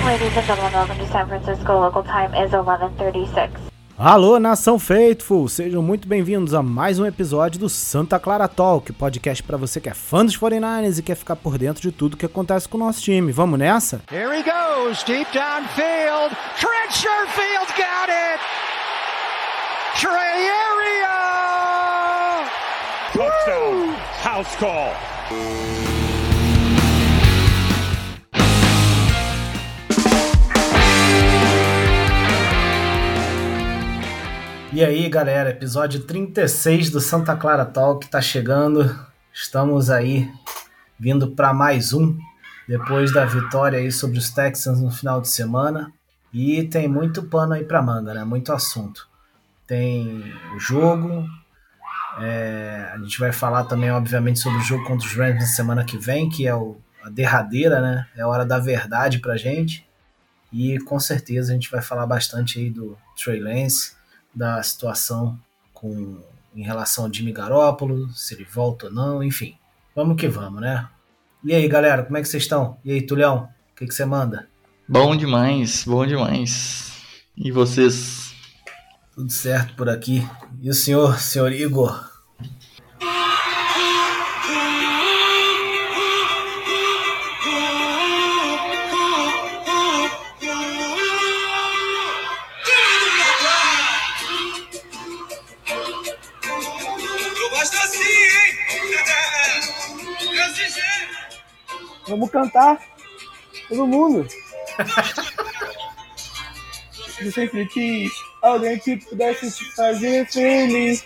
Ladies and gentlemen, welcome to San Francisco. Local time is 11:36. Alô, Nação Faithful! Sejam muito bem-vindos a mais um episódio do Santa Clara Talk, podcast para você que é fã dos 49ers e quer ficar por dentro de tudo que acontece com o nosso time. Vamos nessa? Here he goes, deep downfield. Trent Sherfield got it! Trey Area! Touchdown, house call. E aí, galera, episódio 36 do Santa Clara Talk tá chegando. Estamos aí vindo para mais um, depois da vitória aí sobre os Texans no final de semana. E tem muito pano aí pra manga, né? Muito assunto. Tem o jogo, a gente vai falar também, obviamente, sobre o jogo contra os Rams na semana que vem, que é a derradeira, né? É a hora da verdade pra gente. E com certeza a gente vai falar bastante aí do Trey Lance, da situação em relação ao Jimmy Garoppolo, se ele volta ou não, enfim. Vamos que vamos, né? E aí, galera, como é que vocês estão? E aí, Tulhão, o que você manda? Bom demais, bom demais. E vocês? Tudo certo por aqui. E o senhor Igor? Vamos cantar, todo mundo. Eu sempre quis alguém que pudesse te fazer feliz.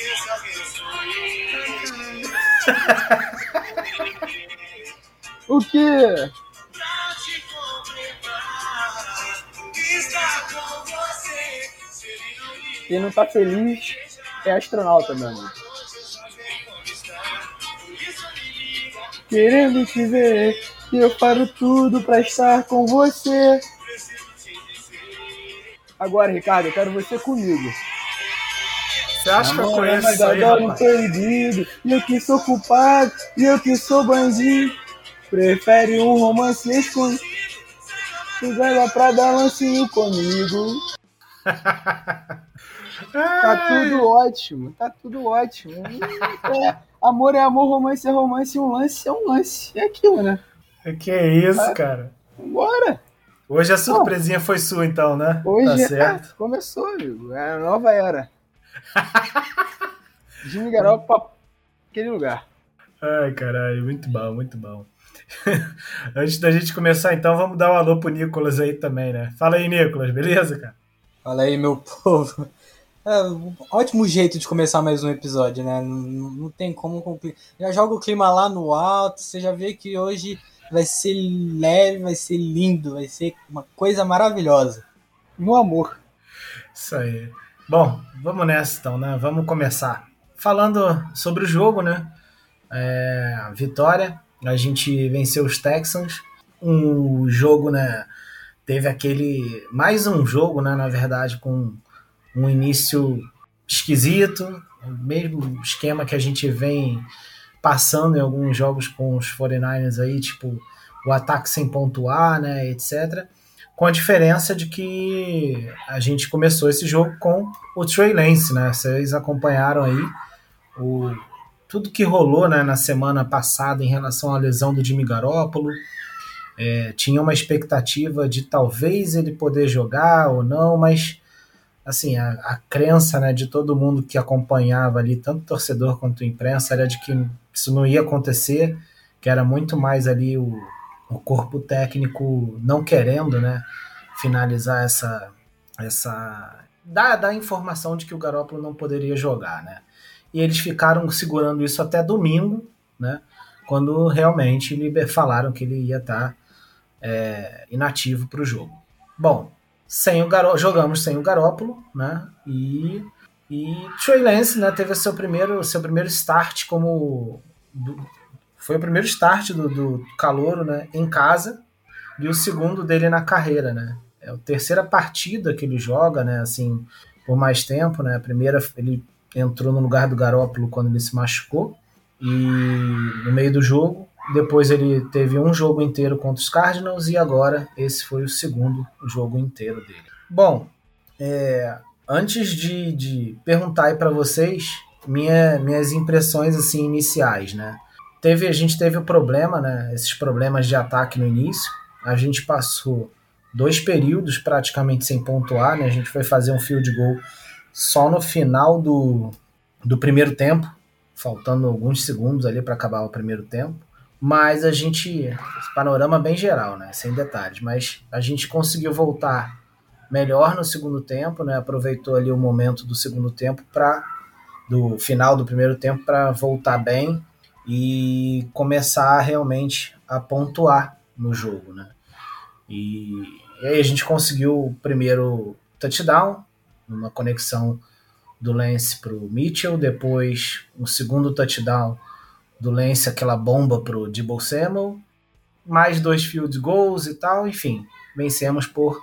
O quê? Quem não tá feliz é astronauta, meu amigo. Querendo te ver, e eu paro tudo pra estar com você. Agora, Ricardo, eu quero você comigo. Você acha que eu conheço mas isso aí, adoro um rapaz? proibido, e eu que sou culpado, e eu que sou bandido. Prefere um romance escondido, tu vai lá pra dar lancinho comigo. Tá tudo ótimo, tá tudo ótimo. Amor é amor, romance é romance, um lance é um lance. É aquilo, né? Que é isso, cara? Bora! Hoje a surpresinha foi sua, então, né? Hoje tá certo. Começou, amigo. É a nova era. Jimmy Garoppolo pra aquele lugar. Ai, caralho, muito bom, muito bom. Antes da gente começar, então, vamos dar um alô pro Nicolas aí também, né? Fala aí, Nicolas, beleza, cara? Fala aí, meu povo. Ótimo jeito de começar mais um episódio, né? Não tem como complicar. Já joga o clima lá no alto, você já vê que hoje vai ser leve, vai ser lindo, vai ser uma coisa maravilhosa. No amor. Isso aí. Bom, vamos nessa então, né? Vamos começar. Falando sobre o jogo, né? A vitória, a gente venceu os Texans. Um jogo, né? Teve mais um jogo, né? Na verdade, com um início esquisito, o mesmo esquema que a gente vem passando em alguns jogos com os 49ers aí, tipo o ataque sem pontuar, né, etc. Com a diferença de que a gente começou esse jogo com o Trey Lance, né? Vocês acompanharam aí tudo que rolou, né, na semana passada em relação à lesão do Jimmy Garoppolo. Tinha uma expectativa de talvez ele poder jogar ou não, mas assim, a crença, né, de todo mundo que acompanhava ali, tanto torcedor quanto imprensa, era de que isso não ia acontecer, que era muito mais ali o corpo técnico não querendo, né, finalizar dar informação de que o Garoppolo não poderia jogar, né, e eles ficaram segurando isso até domingo, né, quando realmente falaram que ele ia estar inativo para o jogo. Bom, jogamos sem o Garoppolo, né? E Trey Lance, né, teve seu primeiro start foi o primeiro start do calouro, né, em casa, e o segundo dele na carreira, né? É a terceira partida que ele joga, né, assim, por mais tempo, né? A primeira ele entrou no lugar do Garoppolo quando ele se machucou, e no meio do jogo, Depois ele teve um jogo inteiro contra os Cardinals e agora esse foi o segundo jogo inteiro dele. Bom, antes de perguntar aí para vocês minhas impressões assim iniciais, né? A gente teve o problema, né? Esses problemas de ataque no início. A gente passou 2 períodos praticamente sem pontuar, né? A gente foi fazer um field goal só no final do primeiro tempo, faltando alguns segundos ali para acabar o primeiro tempo. Mas panorama bem geral, né? Sem detalhes, mas a gente conseguiu voltar melhor no segundo tempo, né? Aproveitou ali o momento do segundo tempo do final do primeiro tempo para voltar bem e começar realmente a pontuar no jogo, né? E aí a gente conseguiu o primeiro touchdown, uma conexão do Lance para o Mitchell, depois um segundo touchdown do Lance, aquela bomba para o Deebo Samuel, mais 2 field goals e tal, enfim, vencemos por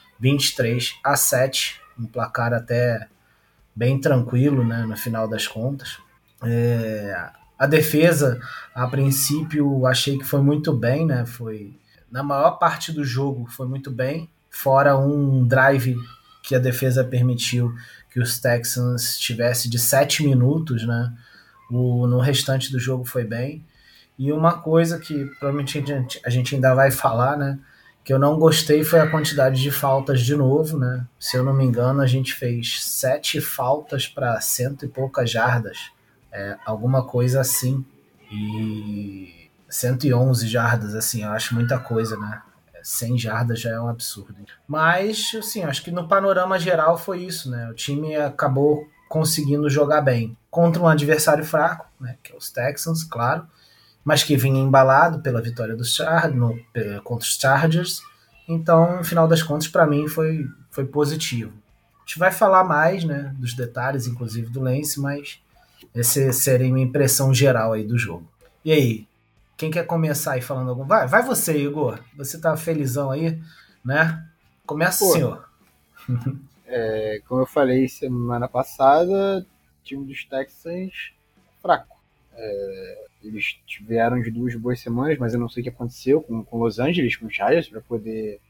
23-7, um placar até bem tranquilo, né, no final das contas. A defesa, a princípio, achei que foi muito bem, né, na maior parte do jogo foi muito bem, fora um drive que a defesa permitiu que os Texans tivesse de 7 minutos, né, no restante do jogo foi bem. E uma coisa que provavelmente a gente ainda vai falar, né, que eu não gostei foi a quantidade de faltas de novo, né? Se eu não me engano, a gente fez 7 faltas para 100 e poucas jardas, alguma coisa assim, e 111 jardas, assim, eu acho muita coisa, né? 100 jardas já é um absurdo. Mas, assim, acho que no panorama geral foi isso, né? O time acabou conseguindo jogar bem contra um adversário fraco, né? Que é os Texans, claro, mas que vinha embalado pela vitória contra os Chargers. Então, no final das contas, para mim, foi positivo. A gente vai falar mais, né, dos detalhes, inclusive do Lance, mas essa seria a minha impressão geral aí do jogo. E aí, quem quer começar aí falando algum? Vai você, Igor. Você tá felizão aí, né? Começa o senhor. Como eu falei semana passada, o time dos Texans fraco. Eles tiveram de 2 boas semanas, mas eu não sei o que aconteceu com Los Angeles, com os Giants, para poder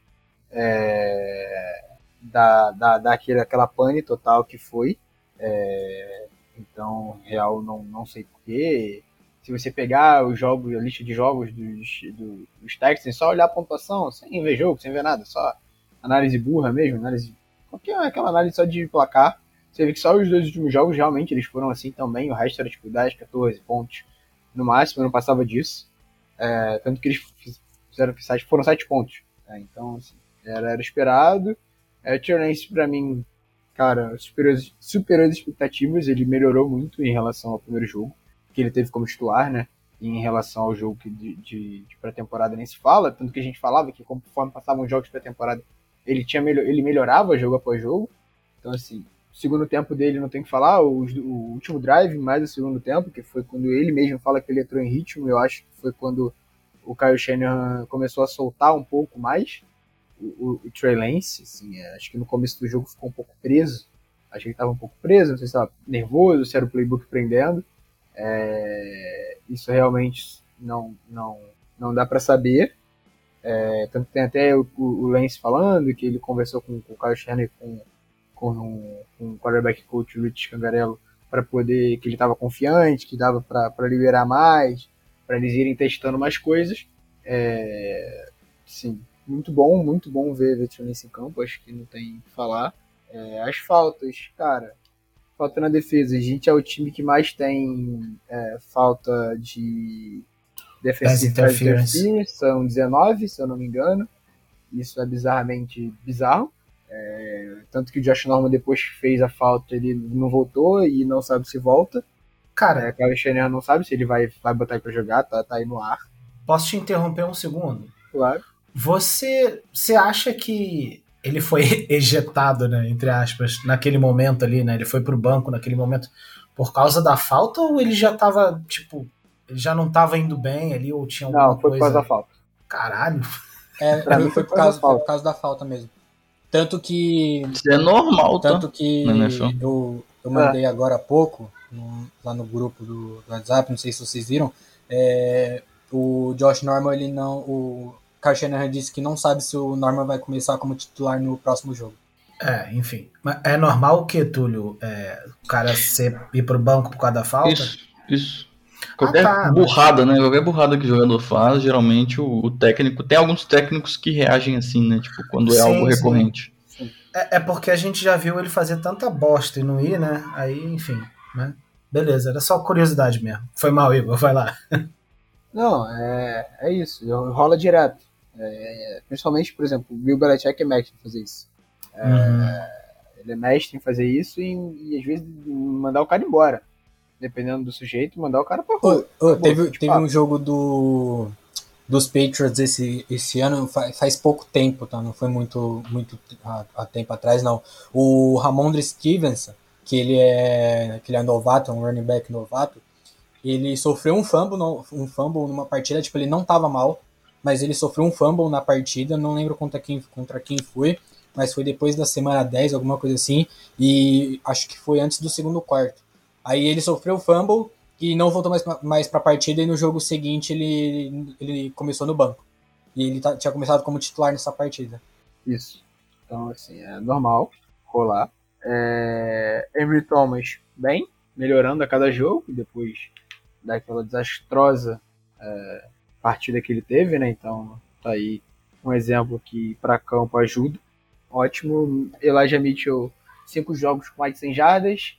dar aquela pane total que foi. Então, real, não sei porquê. Se você pegar a lista de jogos dos Texans, só olhar a pontuação, sem ver jogo, sem ver nada, só análise burra mesmo, aquela análise só de placar. Você vê que só os 2 últimos jogos realmente eles foram assim também, o resto era tipo 10, 14 pontos no máximo, eu não passava disso. Tanto que eles foram 7 pontos. Então, assim, era esperado. O Trey Lance, pra mim, cara, superou as expectativas, ele melhorou muito em relação ao primeiro jogo, que ele teve como titular, né? E em relação ao jogo de pré-temporada nem se fala, tanto que a gente falava que conforme passavam os jogos de pré-temporada, ele melhorava jogo após jogo. Então, assim, o segundo tempo dele não tem o que falar, o último drive, mais o segundo tempo, que foi quando ele mesmo fala que ele entrou em ritmo, eu acho que foi quando o Kyle Shanahan começou a soltar um pouco mais o Trey Lance, assim, acho que no começo do jogo ficou um pouco preso, acho que ele estava um pouco preso, não sei se estava nervoso, se era o playbook prendendo, isso realmente não dá para saber. Tanto que tem até o Lance falando que ele conversou com o Kyle Shanahan com o quarterback coach Rich Cangarello para poder, que ele estava confiante, que dava para liberar mais, para eles irem testando mais coisas. Sim, muito bom ver o Trey Lance em campo, acho que não tem o que falar. As faltas, cara, falta na defesa, a gente é o time que mais tem falta de defensive interference, são 19, se eu não me engano, isso é bizarramente bizarro. Tanto que o Josh Norman depois que fez a falta, ele não voltou e não sabe se volta. Cara, o Shanahan não sabe se ele vai botar aí pra jogar, tá aí no ar. Posso te interromper um segundo? Claro. Você acha que ele foi ejetado, né, entre aspas, naquele momento ali, né? Ele foi pro banco naquele momento por causa da falta, ou ele já tava, tipo, ele já não tava indo bem ali, ou tinha alguma coisa? Não, foi por causa da falta. Caralho. Pra mim foi por causa da falta mesmo. Tanto que... Isso é normal, tá? Tanto que eu mandei agora há pouco, lá no grupo do WhatsApp, não sei se vocês viram, O Josh Norman, ele não... O Kyle Shanahan disse que não sabe se o Norman vai começar como titular no próximo jogo. Enfim. Mas é normal o que, Túlio? O cara ir pro banco por causa da falta? Isso. Qualquer burrada, né? Qualquer burrada que o jogador faz, geralmente o técnico... Tem alguns técnicos que reagem assim, né? Tipo, quando é algo recorrente. É porque a gente já viu ele fazer tanta bosta e não ir, né? Aí, enfim, né? Beleza, era só curiosidade mesmo. Foi mal, Igor, vai lá. Não, é isso. Rola direto. Principalmente, por exemplo, o Bill Belichick é mestre em fazer isso. Ele é mestre em fazer isso e às vezes mandar o cara embora. Dependendo do sujeito, mandar o cara pra rua. Teve um jogo dos Patriots esse ano, faz pouco tempo, tá? Não foi muito há tempo atrás, não. O Ramondre Stevenson, que ele é novato, um running back novato, ele sofreu um fumble numa partida, tipo, ele não tava mal, mas ele sofreu um fumble na partida, não lembro contra quem foi, mas foi depois da semana 10, alguma coisa assim, e acho que foi antes do segundo quarto. Aí ele sofreu o fumble e não voltou mais pra partida, e no jogo seguinte ele começou no banco. E ele tinha começado como titular nessa partida. Isso. Então, assim, é normal rolar. Henry Thomas, bem, melhorando a cada jogo, depois daquela desastrosa partida que ele teve, né? Então, tá aí um exemplo que para campo ajuda. Ótimo. Elijah Mitchell, 5 jogos com mais de 100 jardas.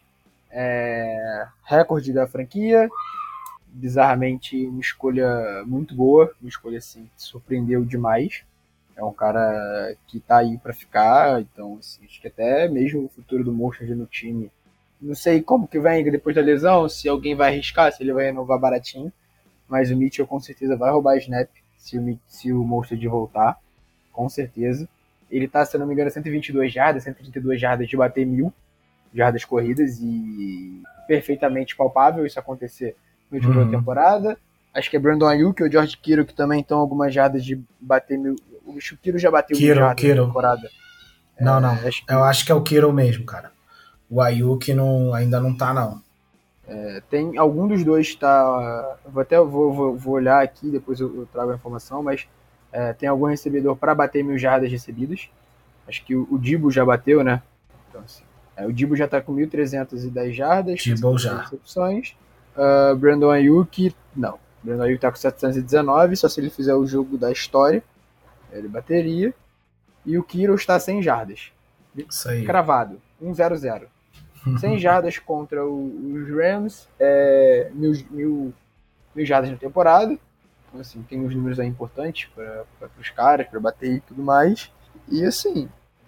Recorde da franquia. Bizarramente, uma escolha muito boa. Uma escolha, assim, que surpreendeu demais. É um cara que tá aí para ficar. Então, assim, acho que até mesmo o futuro do Mostert no time. Não sei como que vem depois da lesão, se alguém vai arriscar, se ele vai renovar baratinho. Mas o Mitchell com certeza vai roubar snap se o Mostert voltar. Com certeza. Ele tá, se eu não me engano, 122 jardas, 132 jardas de bater 1.000 jardas corridas e perfeitamente palpável isso acontecer no último jogo da temporada. Acho que é Brandon Ayuk e o George Kittle que também estão algumas jardas de bater 1.000. O Kittle já bateu 1.000 jardas na temporada. Não. Eu acho que é o Kittle mesmo, cara. O Ayuk ainda não tá, não. Tem algum dos dois tá... Vou olhar aqui, depois eu trago a informação, mas tem algum recebedor para bater 1.000 jardas recebidas. Acho que o Debo já bateu, né? Então, assim, o Debo já tá com 1.310 jardas. Debo já. Recepções. Brandon Ayuk, não. Brandon Ayuk tá com 719, só se ele fizer o jogo da história, ele bateria. E o Kittle está 100 jardas. Isso aí. Cravado. 1-0-0. 100 jardas contra os Rams, 1.000 jardas na temporada. Então, assim, tem uns números aí importantes para os caras, para bater e tudo mais. E, assim,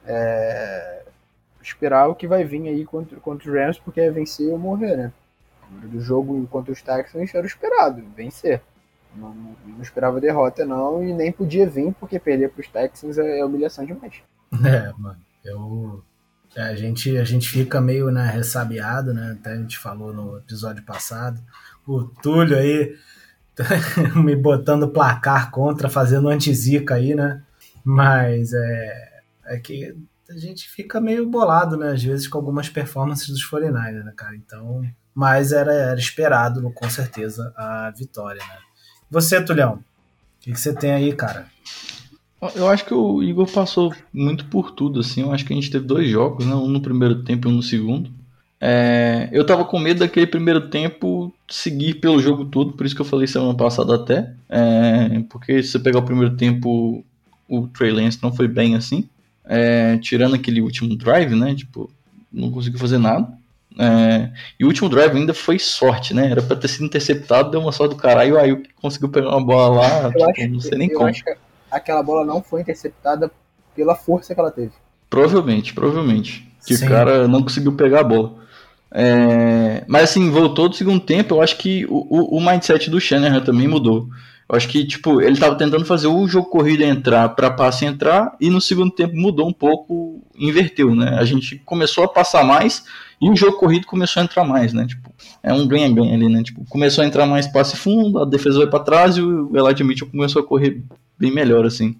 esperar o que vai vir aí contra os Rams, porque é vencer ou morrer, né? Do jogo contra os Texans era esperado, vencer. Não esperava derrota, não, e nem podia vir, porque perder para os Texans é humilhação demais. Mano, a gente fica meio, né, ressabiado, né? Até a gente falou no episódio passado. O Túlio aí me botando placar contra, fazendo anti-zica aí, né? Mas é que a gente fica meio bolado, né? Às vezes com algumas performances dos 49ers, né, cara? Então, mas era esperado, com certeza, a vitória, né? Você, Tulhão, o que você tem aí, cara? Eu acho que o Igor passou muito por tudo, assim. Eu acho que a gente teve 2 jogos, né? Um no primeiro tempo e um no segundo. Eu tava com medo daquele primeiro tempo seguir pelo jogo todo, por isso que eu falei semana passada até. Porque se você pegar o primeiro tempo, o Trey Lance não foi bem assim. Tirando aquele último drive, né? Tipo, não conseguiu fazer nada. E o último drive ainda foi sorte, né? Era pra ter sido interceptado, deu uma sorte do caralho. E o Ayuk conseguiu pegar uma bola lá, não sei nem como. Acho que aquela bola não foi interceptada pela força que ela teve. Provavelmente. Que Sim. O cara não conseguiu pegar a bola. Mas assim, voltou do segundo tempo. Eu acho que o mindset do Shanahan também mudou. Eu acho que, tipo, ele tava tentando fazer o jogo corrido entrar pra passe entrar, e no segundo tempo mudou um pouco, inverteu, né? A gente começou a passar mais e o jogo corrido começou a entrar mais, né? Tipo, é um ganha-ganha ali, né? Tipo, começou a entrar mais passe fundo, a defesa vai pra trás e o Elijah Mitchell começou a correr bem melhor, assim.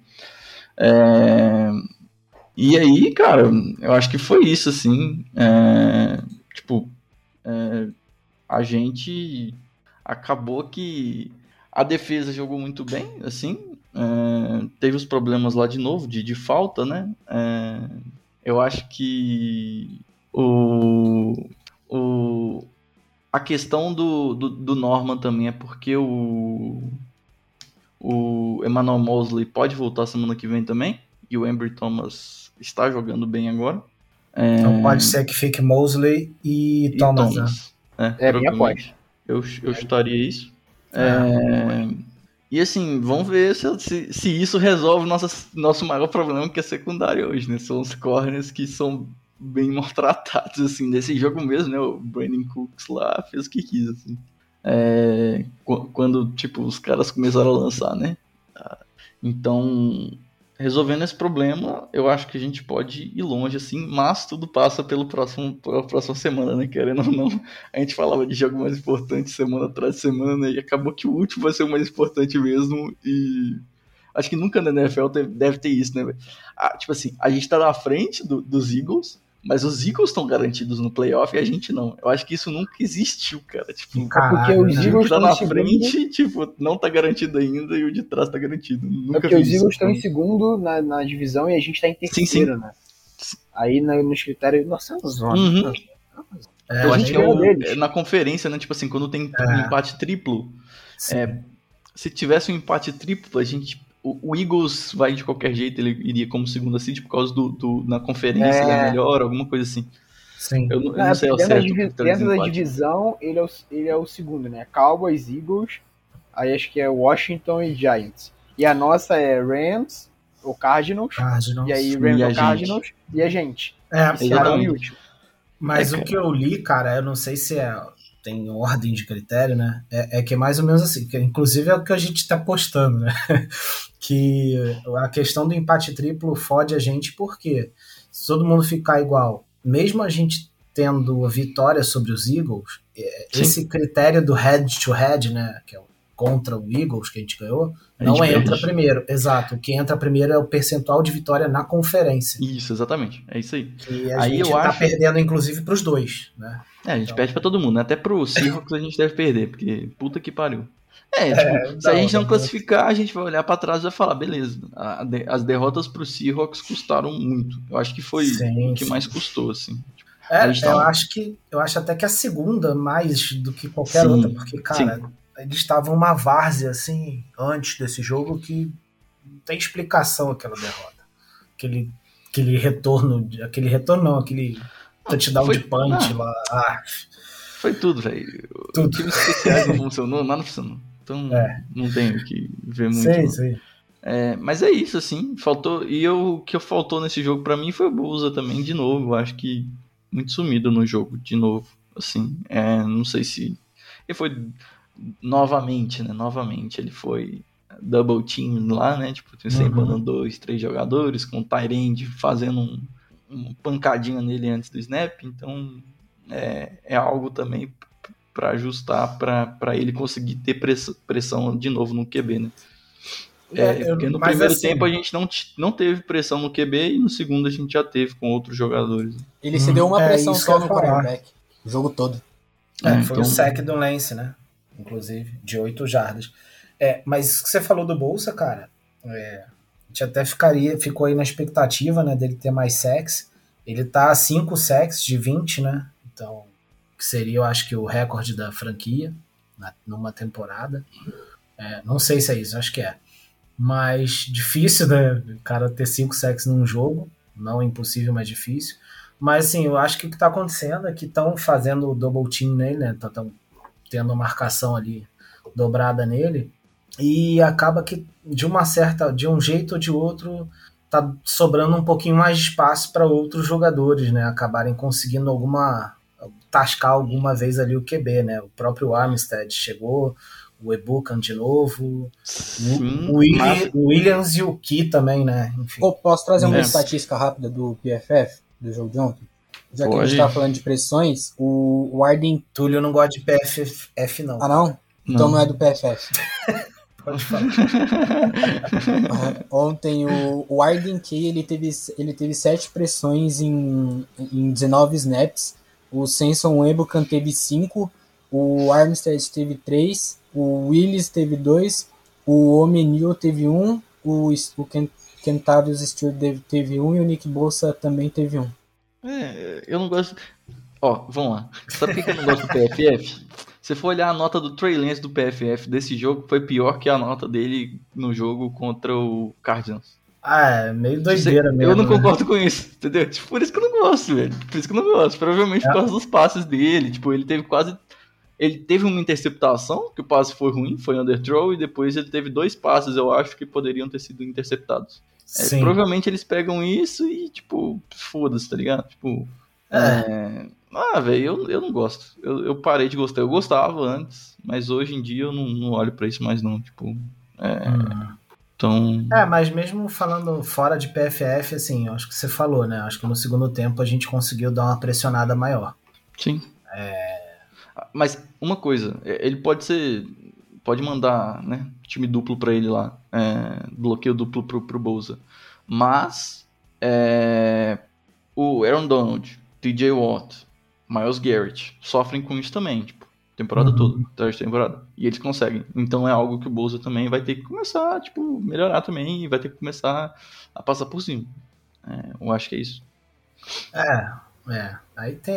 E aí, cara, eu acho que foi isso, assim. A gente acabou que A defesa jogou muito bem, assim. Teve os problemas lá de novo, de falta, né? Eu acho que a questão do Norman também é porque o Emmanuel Mosley pode voltar semana que vem também, e o Ambry Thomas está jogando bem agora. Então pode ser que fique Mosley e Thomas. Né? Minha aposta. Eu chutaria isso. E assim, vamos ver se isso resolve nosso maior problema, que é secundário hoje, né? São os corners que são bem maltratados, assim, nesse jogo mesmo, né? O Brandon Cooks lá fez o que quis, assim. Quando, tipo, os caras começaram a lançar, né? Então, resolvendo esse problema, eu acho que a gente pode ir longe, assim, mas tudo passa pela próxima semana, né? Querendo ou não, a gente falava de jogo mais importante semana atrás de semana, e acabou que o último vai ser o mais importante mesmo, e acho que nunca na NFL deve ter isso, né? Tipo assim, a gente tá na frente dos Eagles, mas os Eagles estão garantidos no playoff e a gente não. Eu acho que isso nunca existiu, cara. Tipo, porque os Eagles tá estão na em frente, segundo, tipo, não tá garantido ainda e o de trás tá garantido. Nunca porque os vi Eagles isso. estão em segundo na divisão e a gente tá em terceiro, né? Aí nos critérios, nossa, Uhum. Eu acho que deles. na conferência, né? Tipo assim, quando tem um empate triplo, se tivesse um empate triplo, a gente. O Eagles vai de qualquer jeito, ele iria como segunda seed por causa na conferência, ele é melhor, alguma coisa assim. Sim. Eu não sei ao certo. Dentro da divisão, ele é o segundo, né? Cowboys, Eagles, aí acho que é Washington e Giants. E a nossa é Rams, ou Cardinals. E aí Rams ou Cardinals e a gente. Exatamente. Mas o que eu li, cara, eu não sei se tem ordem de critério, né? É que é mais ou menos assim, que inclusive é o que a gente tá postando, né? Que a questão do empate triplo fode a gente porque se todo mundo ficar igual, mesmo a gente tendo vitória sobre os Eagles, esse critério do head-to-head, né? Que é contra o Eagles que a gente ganhou, não entra primeiro. Exato. O que entra primeiro é o percentual de vitória na conferência. Isso, exatamente. É isso aí. Que a gente tá perdendo, inclusive, pros dois, né? A gente perde pra todo mundo, né? Até pro Seahawks a gente deve perder, porque puta que pariu. Se a gente não classificar, a gente vai olhar pra trás e vai falar, beleza, as derrotas pro Seahawks custaram muito. Eu acho que foi o que mais custou, assim. Eu acho até que a segunda mais do que qualquer outra, porque, cara, eles estavam uma várzea, assim, antes desse jogo que não tem explicação aquela derrota. Aquele retorno não, aquele touchdown de punch lá. Foi tudo, velho. Times especiais não funcionou, nada funcionou. Então não tem o que ver muito. Sim. Mas é isso, assim, faltou. E o que faltou nesse jogo pra mim foi o Bosa também, de novo. Eu acho que muito sumido no jogo, de novo. Assim, não sei se. Ele foi novamente, né? Novamente, ele foi double team lá, né? Tipo, sempre mandando 2, 3 jogadores, com o tight end fazendo uma pancadinha nele antes do snap. Então, é algo também para ajustar para ele conseguir ter pressão de novo no QB, né? Porque no primeiro tempo a gente não teve pressão no QB e no segundo a gente já teve com outros jogadores. Ele se deu uma pressão só no quarterback, o jogo todo. Foi o sack do Lance, né? Inclusive, de 8 jardas. Mas o que você falou do Bolsa, cara, a gente até ficou aí na expectativa, né, dele ter mais sacks. Ele tá a 5 sacks de 20, né? Então, que seria, eu acho que o recorde da franquia numa temporada. Não sei se é isso, acho que é. Mas difícil, né? O cara ter 5 sacks num jogo. Não é impossível, mas difícil. Mas, assim, eu acho que o que tá acontecendo é que estão fazendo o double team nele, né? Estão tendo uma marcação ali dobrada nele. E acaba que, de um jeito ou de outro, tá sobrando um pouquinho mais de espaço para outros jogadores, né? Acabarem conseguindo tascar alguma vez ali o QB, né? O próprio Armstead chegou, o Ebukan de novo, o Williams e o Key também, né? Enfim. Posso trazer uma estatística rápida do PFF, do jogo de ontem? Já que a gente tá falando de pressões, o Arden... Túlio não gosta de PFF, não. Ah, não? Então não é do PFF. Pode falar. Ontem o Arden Key ele teve 7 pressões em 19 snaps. O Samson Ebukan teve 5. o Armstead teve 3, o Willis teve 2, o Omenil teve 1, o Kentavious Stewart teve 1 e o Nick Bosa também teve 1. Eu não gosto... Ó, vamos lá. Sabe por que eu não gosto do PFF? Se for olhar a nota do Trey Lance do PFF desse jogo, foi pior que a nota dele no jogo contra o Cardinals. É meio doideira mesmo. Eu não concordo com isso, entendeu? Tipo, por isso que eu não gosto, velho. Por isso que eu não gosto. Provavelmente por causa dos passes dele. Tipo, ele teve uma interceptação, que o passe foi ruim, foi underthrow, e depois ele teve 2 passes, eu acho, que poderiam ter sido interceptados. Provavelmente eles pegam isso e, tipo, foda-se, tá ligado? Tipo... velho, eu não gosto. Eu parei de gostar. Eu gostava antes, mas hoje em dia eu não olho pra isso mais não. Tipo, então... mas mesmo falando fora de PFF, assim, eu acho que você falou, né? Acho que no segundo tempo a gente conseguiu dar uma pressionada maior. Sim. Mas uma coisa, ele pode mandar, né, time duplo pra ele lá, bloqueio duplo pro Bosa. Mas o Aaron Donald, TJ Watt, Myles Garrett sofrem com isso também, tipo, temporada toda, temporada. E eles conseguem. Então é algo que o Bosa também vai ter que começar, tipo, melhorar também e vai ter que começar a passar por cima. Eu acho que é isso. Aí tem.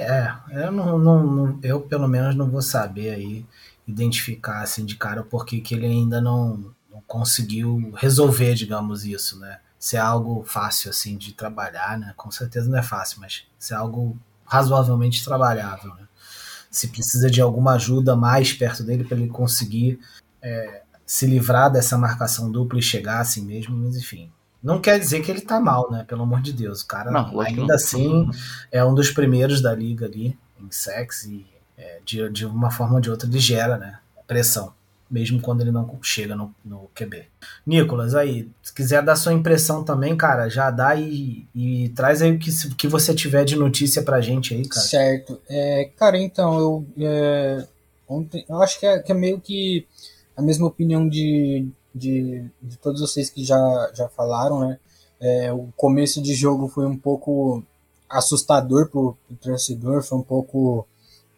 Eu pelo menos não vou saber aí identificar assim de cara porque que ele ainda não conseguiu resolver, digamos, isso, né? Se é algo fácil assim de trabalhar, né? Com certeza não é fácil, mas se é algo razoavelmente trabalhável, né? Se precisa de alguma ajuda mais perto dele para ele conseguir se livrar dessa marcação dupla e chegar assim mesmo, mas enfim. Não quer dizer que ele tá mal, né? Pelo amor de Deus. O cara ainda assim é um dos primeiros da liga ali em sacks e de uma forma ou de outra ele gera, né, pressão, mesmo quando ele não chega no QB. Nicolas, aí, se quiser dar sua impressão também, cara, já dá e traz aí o que você tiver de notícia pra gente aí, cara. Certo. Cara, então, ontem, eu acho que é meio que a mesma opinião de todos vocês que já falaram, né? O começo de jogo foi um pouco assustador pro torcedor, foi um pouco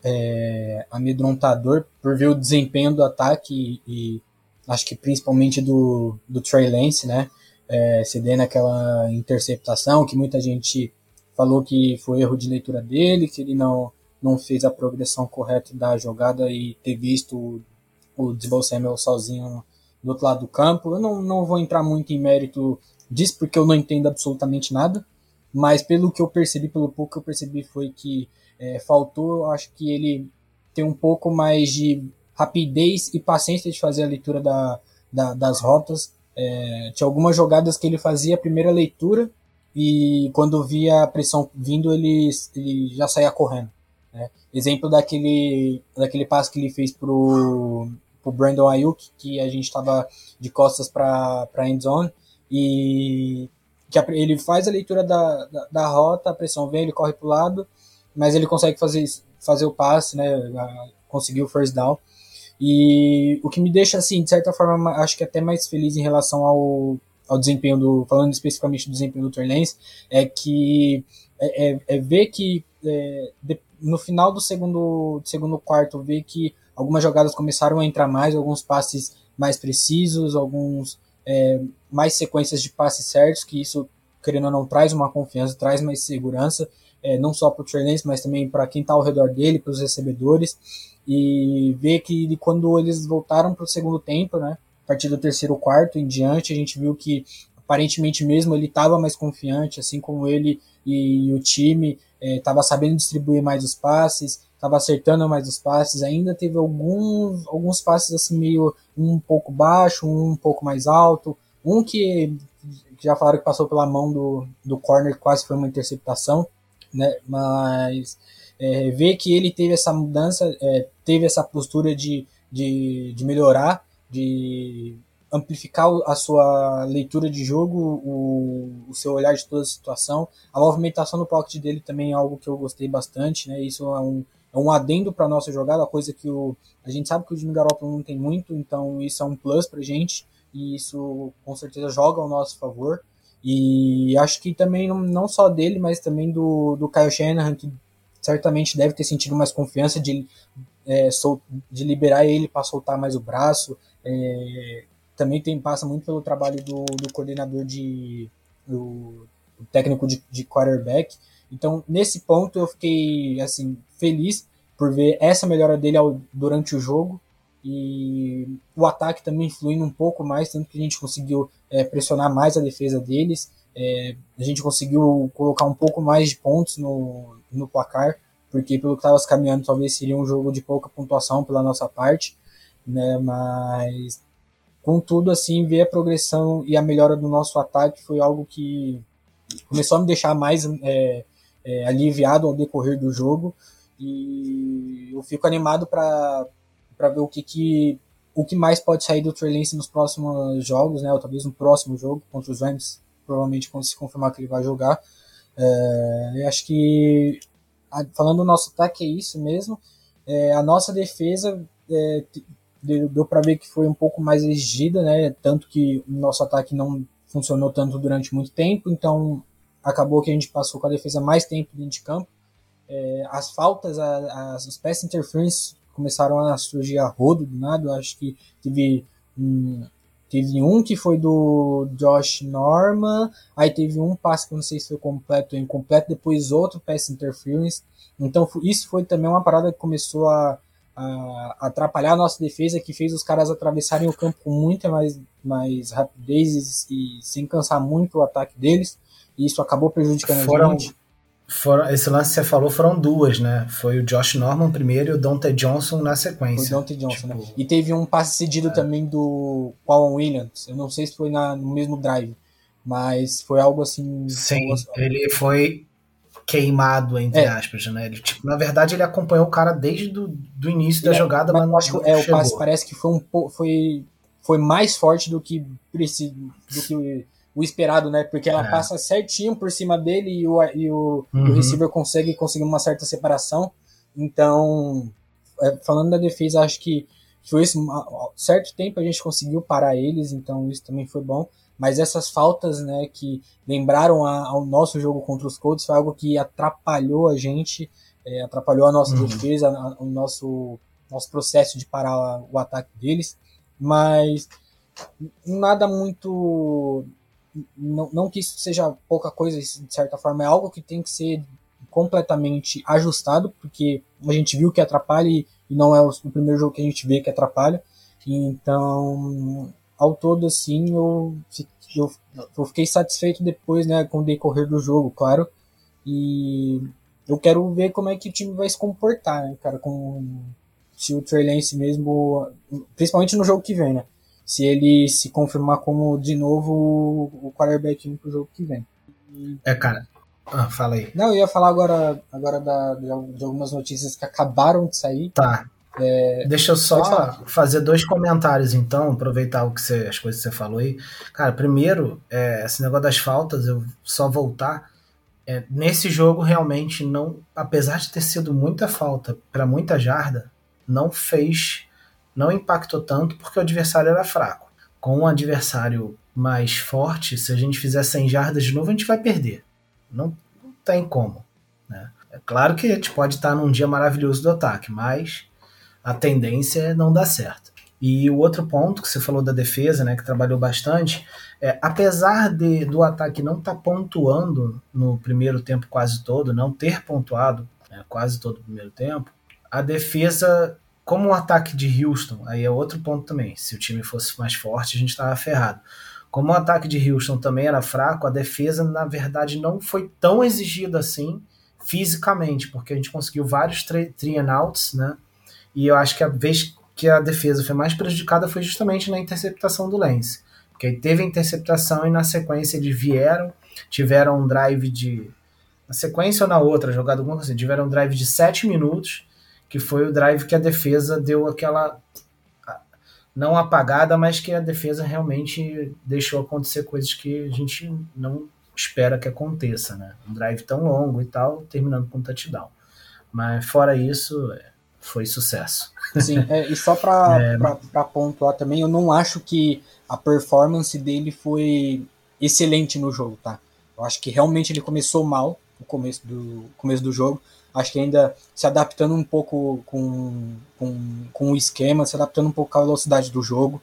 amedrontador por ver o desempenho do ataque e acho que principalmente do Trey Lance, né? Cedendo aquela interceptação que muita gente falou que foi erro de leitura dele, que ele não fez a progressão correta da jogada e ter visto o Deebo Samuel sozinho do outro lado do campo. Eu não vou entrar muito em mérito disso, porque eu não entendo absolutamente nada, mas pelo que eu percebi, pelo pouco que eu percebi, foi que faltou, eu acho que ele tem um pouco mais de rapidez e paciência de fazer a leitura das rotas. Tinha algumas jogadas que ele fazia a primeira leitura e quando via a pressão vindo, ele já saía correndo, né? Exemplo daquele passe que ele fez pro Brandon Ayuk, que a gente estava de costas para a endzone, e que ele faz a leitura da rota, a pressão vem, ele corre para o lado, mas ele consegue fazer o passe, né, conseguir o first down. E o que me deixa, assim, de certa forma, acho que até mais feliz em relação ao desempenho falando especificamente do desempenho do Trey Lance, é que ver que no final do segundo quarto, ver que algumas jogadas começaram a entrar mais, alguns passes mais precisos, alguns mais sequências de passes certos, que isso, querendo ou não, traz uma confiança, traz mais segurança, não só para o Trey Lance, mas também para quem está ao redor dele, para os recebedores, e ver que quando eles voltaram para o segundo tempo, né, a partir do terceiro quarto em diante, a gente viu que aparentemente mesmo ele estava mais confiante, assim como ele e o time estava sabendo distribuir mais os passes, estava acertando mais os passes, ainda teve alguns passes assim meio um pouco baixo, um pouco mais alto, um que já falaram que passou pela mão do corner, quase foi uma interceptação, né? Mas ver que ele teve essa mudança, teve essa postura de melhorar, de amplificar a sua leitura de jogo, o seu olhar de toda a situação, a movimentação no pocket dele também é algo que eu gostei bastante, né? Isso é um adendo para a nossa jogada, a coisa que a gente sabe que o Jimmy Garoppolo não tem muito, então isso é um plus para a gente, e isso com certeza joga ao nosso favor. E acho que também não só dele, mas também do Kyle Shanahan, que certamente deve ter sentido mais confiança de de liberar ele para soltar mais o braço. Também passa muito pelo trabalho do coordenador do técnico de quarterback. Então, nesse ponto, eu fiquei assim, feliz por ver essa melhora dele durante o jogo, e o ataque também fluindo um pouco mais, tanto que a gente conseguiu pressionar mais a defesa deles, a gente conseguiu colocar um pouco mais de pontos no placar, porque pelo que estava se caminhando, talvez seria um jogo de pouca pontuação pela nossa parte, né? Mas, contudo, assim, ver a progressão e a melhora do nosso ataque foi algo que começou a me deixar mais aliviado ao decorrer do jogo, e eu fico animado para ver o que mais pode sair do Trey Lance nos próximos jogos, né? Ou talvez no próximo jogo contra os Rams, provavelmente quando se confirmar que ele vai jogar. Eu acho que, falando do nosso ataque, é isso mesmo. A nossa defesa deu para ver que foi um pouco mais exigida, né? Tanto que o nosso ataque não funcionou tanto durante muito tempo, então acabou que a gente passou com a defesa mais tempo dentro de campo. As faltas, os pass interference começaram a surgir a rodo do nada. Eu acho que teve um que foi do Josh Norman, aí teve um passe que eu não sei se foi completo ou incompleto, depois outro pass interference. Então isso foi também uma parada que começou a atrapalhar a nossa defesa, que fez os caras atravessarem o campo com muita mais rapidez e sem cansar muito o ataque deles, e isso acabou prejudicando a gente. Esse lance que você falou foram duas, né? Foi o Josh Norman primeiro e o Dante Johnson na sequência. Foi o Dante Johnson, né? E teve um passe cedido também do Quallen Williams. Eu não sei se foi no mesmo drive, mas foi algo assim... Sim, ele foi queimado, entre aspas, né? Ele, na verdade, ele acompanhou o cara desde do início da jogada, mas não chegou. O passe parece que foi mais forte do que o esperado, né? Porque ela passa certinho por cima dele e o receiver consegue uma certa separação. Então, falando da defesa, acho que foi isso. Certo tempo a gente conseguiu parar eles, então isso também foi bom. Mas essas faltas, né, que lembraram ao nosso jogo contra os Colts, foi algo que atrapalhou a gente, atrapalhou a nossa defesa, o nosso processo de parar o ataque deles. Mas nada muito... Não que isso seja pouca coisa, isso, de certa forma, é algo que tem que ser completamente ajustado, porque a gente viu que atrapalha e não é o primeiro jogo que a gente vê que atrapalha. Então, ao todo, assim, eu fiquei satisfeito depois, né, com o decorrer do jogo, claro, e eu quero ver como é que o time vai se comportar, né, cara, se o Trey Lance mesmo, principalmente no jogo que vem, né, se ele se confirmar como, de novo, o quarterback pro jogo que vem. Cara, fala aí. Não, eu ia falar agora de algumas notícias que acabaram de sair. Tá. Deixa eu só fazer 2 comentários, então, aproveitar as coisas que você falou aí. Cara, primeiro, esse negócio das faltas, eu só voltar. Nesse jogo, realmente, não, apesar de ter sido muita falta para muita jarda, não impactou tanto porque o adversário era fraco. Com um adversário mais forte, se a gente fizer 100 jardas de novo, a gente vai perder. Não tem como, né? É claro que a gente pode estar num dia maravilhoso do ataque, mas a tendência é não dar certo. E o outro ponto que você falou da defesa, né, que trabalhou bastante, apesar do ataque não estar pontuando no primeiro tempo quase todo, não ter pontuado quase todo o primeiro tempo, a defesa, como o ataque de Houston, aí é outro ponto também, se o time fosse mais forte a gente estava ferrado. Como o ataque de Houston também era fraco, a defesa, na verdade, não foi tão exigida assim fisicamente, porque a gente conseguiu vários three and outs, né? E eu acho que a vez que a defesa foi mais prejudicada foi justamente na interceptação do Lance. Porque aí teve a interceptação e na sequência eles tiveram um drive na sequência ou na outra jogada, alguma coisa assim, tiveram um drive de 7 minutos, que foi o drive que a defesa deu aquela... não apagada, mas que a defesa realmente deixou acontecer coisas que a gente não espera que aconteça, né? Um drive tão longo e tal, terminando com um touchdown. Mas fora isso, foi sucesso. Sim, e só para pontuar também, eu não acho que a performance dele foi excelente no jogo, tá? Eu acho que realmente ele começou mal, começo do jogo. Acho que ainda se adaptando um pouco com o esquema, se adaptando um pouco com a velocidade do jogo.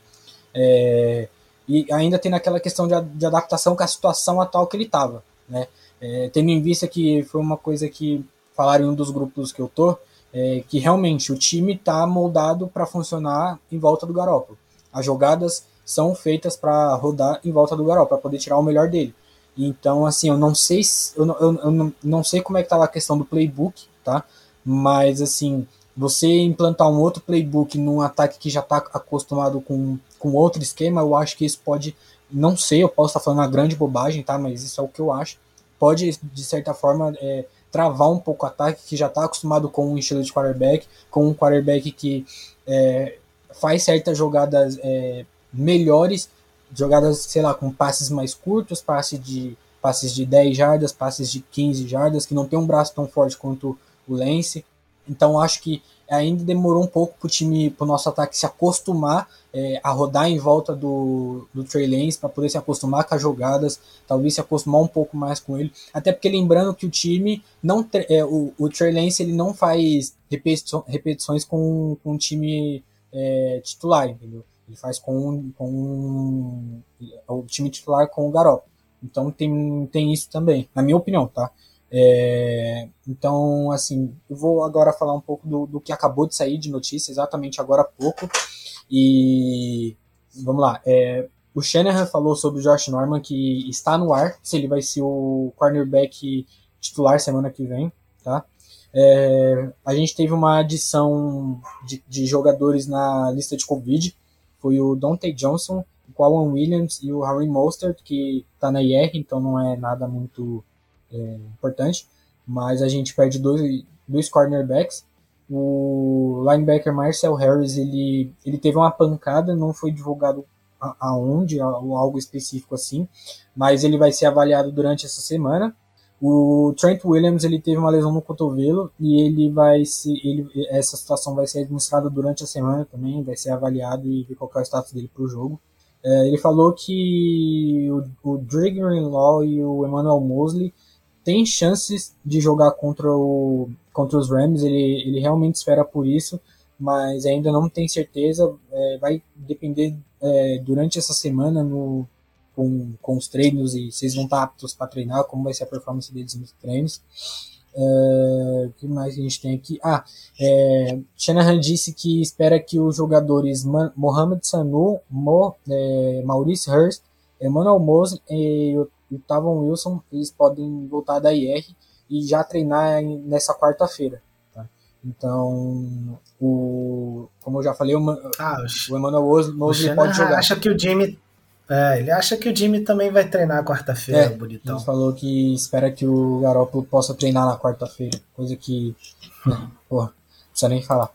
E ainda tem aquela questão de adaptação com a situação atual que ele estava, né? Tendo em vista que foi uma coisa que falaram em um dos grupos que eu tô, que realmente o time está moldado para funcionar em volta do Garoppolo. As jogadas são feitas para rodar em volta do Garoppolo, para poder tirar o melhor dele. Então, assim, eu não sei não sei como é que estava a questão do playbook, tá? Mas, assim, você implantar um outro playbook num ataque que já está acostumado com outro esquema, eu acho que isso pode, não sei, eu posso estar falando uma grande bobagem, tá? Mas isso é o que eu acho. Pode, de certa forma, travar um pouco o ataque, que já está acostumado com um estilo de quarterback, com um quarterback que faz certas jogadas melhores, jogadas, sei lá, com passes mais curtos, passes de 10 jardas, passes de 15 jardas, que não tem um braço tão forte quanto o Lance. Então acho que ainda demorou um pouco pro nosso ataque se acostumar a rodar em volta do Trey Lance, para poder se acostumar com as jogadas, talvez se acostumar um pouco mais com ele, até porque lembrando que o time não o Trey Lance ele não faz repetições com um time titular, entendeu? Ele faz com o time titular com o Garoppolo. Então tem isso também, na minha opinião, tá? Então, assim, eu vou agora falar um pouco do que acabou de sair de notícia, exatamente agora há pouco. E vamos lá. O Shanahan falou sobre o Josh Norman, que está no ar, se ele vai ser o cornerback titular semana que vem, tá? A gente teve uma adição de jogadores na lista de Covid. Foi o Dante Johnson, o Quan Williams e o Harry Mostert, que está na IR, então não é nada muito importante. Mas a gente perde dois cornerbacks. O linebacker Marcel Harris, ele teve uma pancada, não foi divulgado aonde, ou algo específico assim, mas ele vai ser avaliado durante essa semana. O Trent Williams, ele teve uma lesão no cotovelo e essa situação vai ser administrada durante a semana também, vai ser avaliado e ver qual é o status dele para o jogo. Ele falou que o Dragon Law e o Emmanuel Mosley têm chances de jogar contra os Rams, ele realmente espera por isso, mas ainda não tem certeza, vai depender durante essa semana com os treinos, e vocês vão estar aptos para treinar, como vai ser a performance deles nos treinos. O que mais a gente tem aqui? Shanahan disse que espera que os jogadores Mohamed Sanu, Maurice Hurst, Emmanuel Mosley e o Tavon Wilson, eles podem voltar da IR e já treinar nessa quarta-feira. Tá? Então, como eu já falei, o Emmanuel Mosley pode jogar. Ele acha que o Jimmy também vai treinar quarta-feira, bonitão. Ele falou que espera que o Garoppolo possa treinar na quarta-feira, coisa que, não precisa nem falar.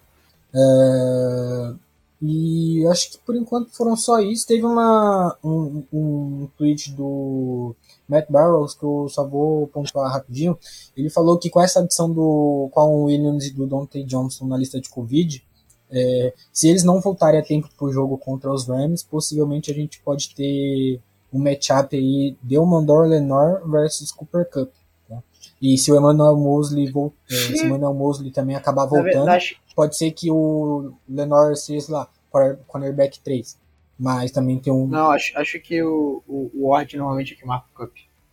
E acho que por enquanto foram só isso. Teve um tweet do Matt Barrows que eu só vou pontuar rapidinho. Ele falou que com essa adição do Quan Williams e do Dante Johnson na lista de Covid, se eles não voltarem a tempo para o jogo contra os Rams, possivelmente a gente pode ter um matchup aí de Mandor Lenore versus Cooper Kupp. Tá? E se o Emmanuel Mosley também acabar voltando, pode ser que o Lenore seja, sei lá, cornerback 3. Mas também tem um... Não, acho que o Ward normalmente é que marca o Kupp.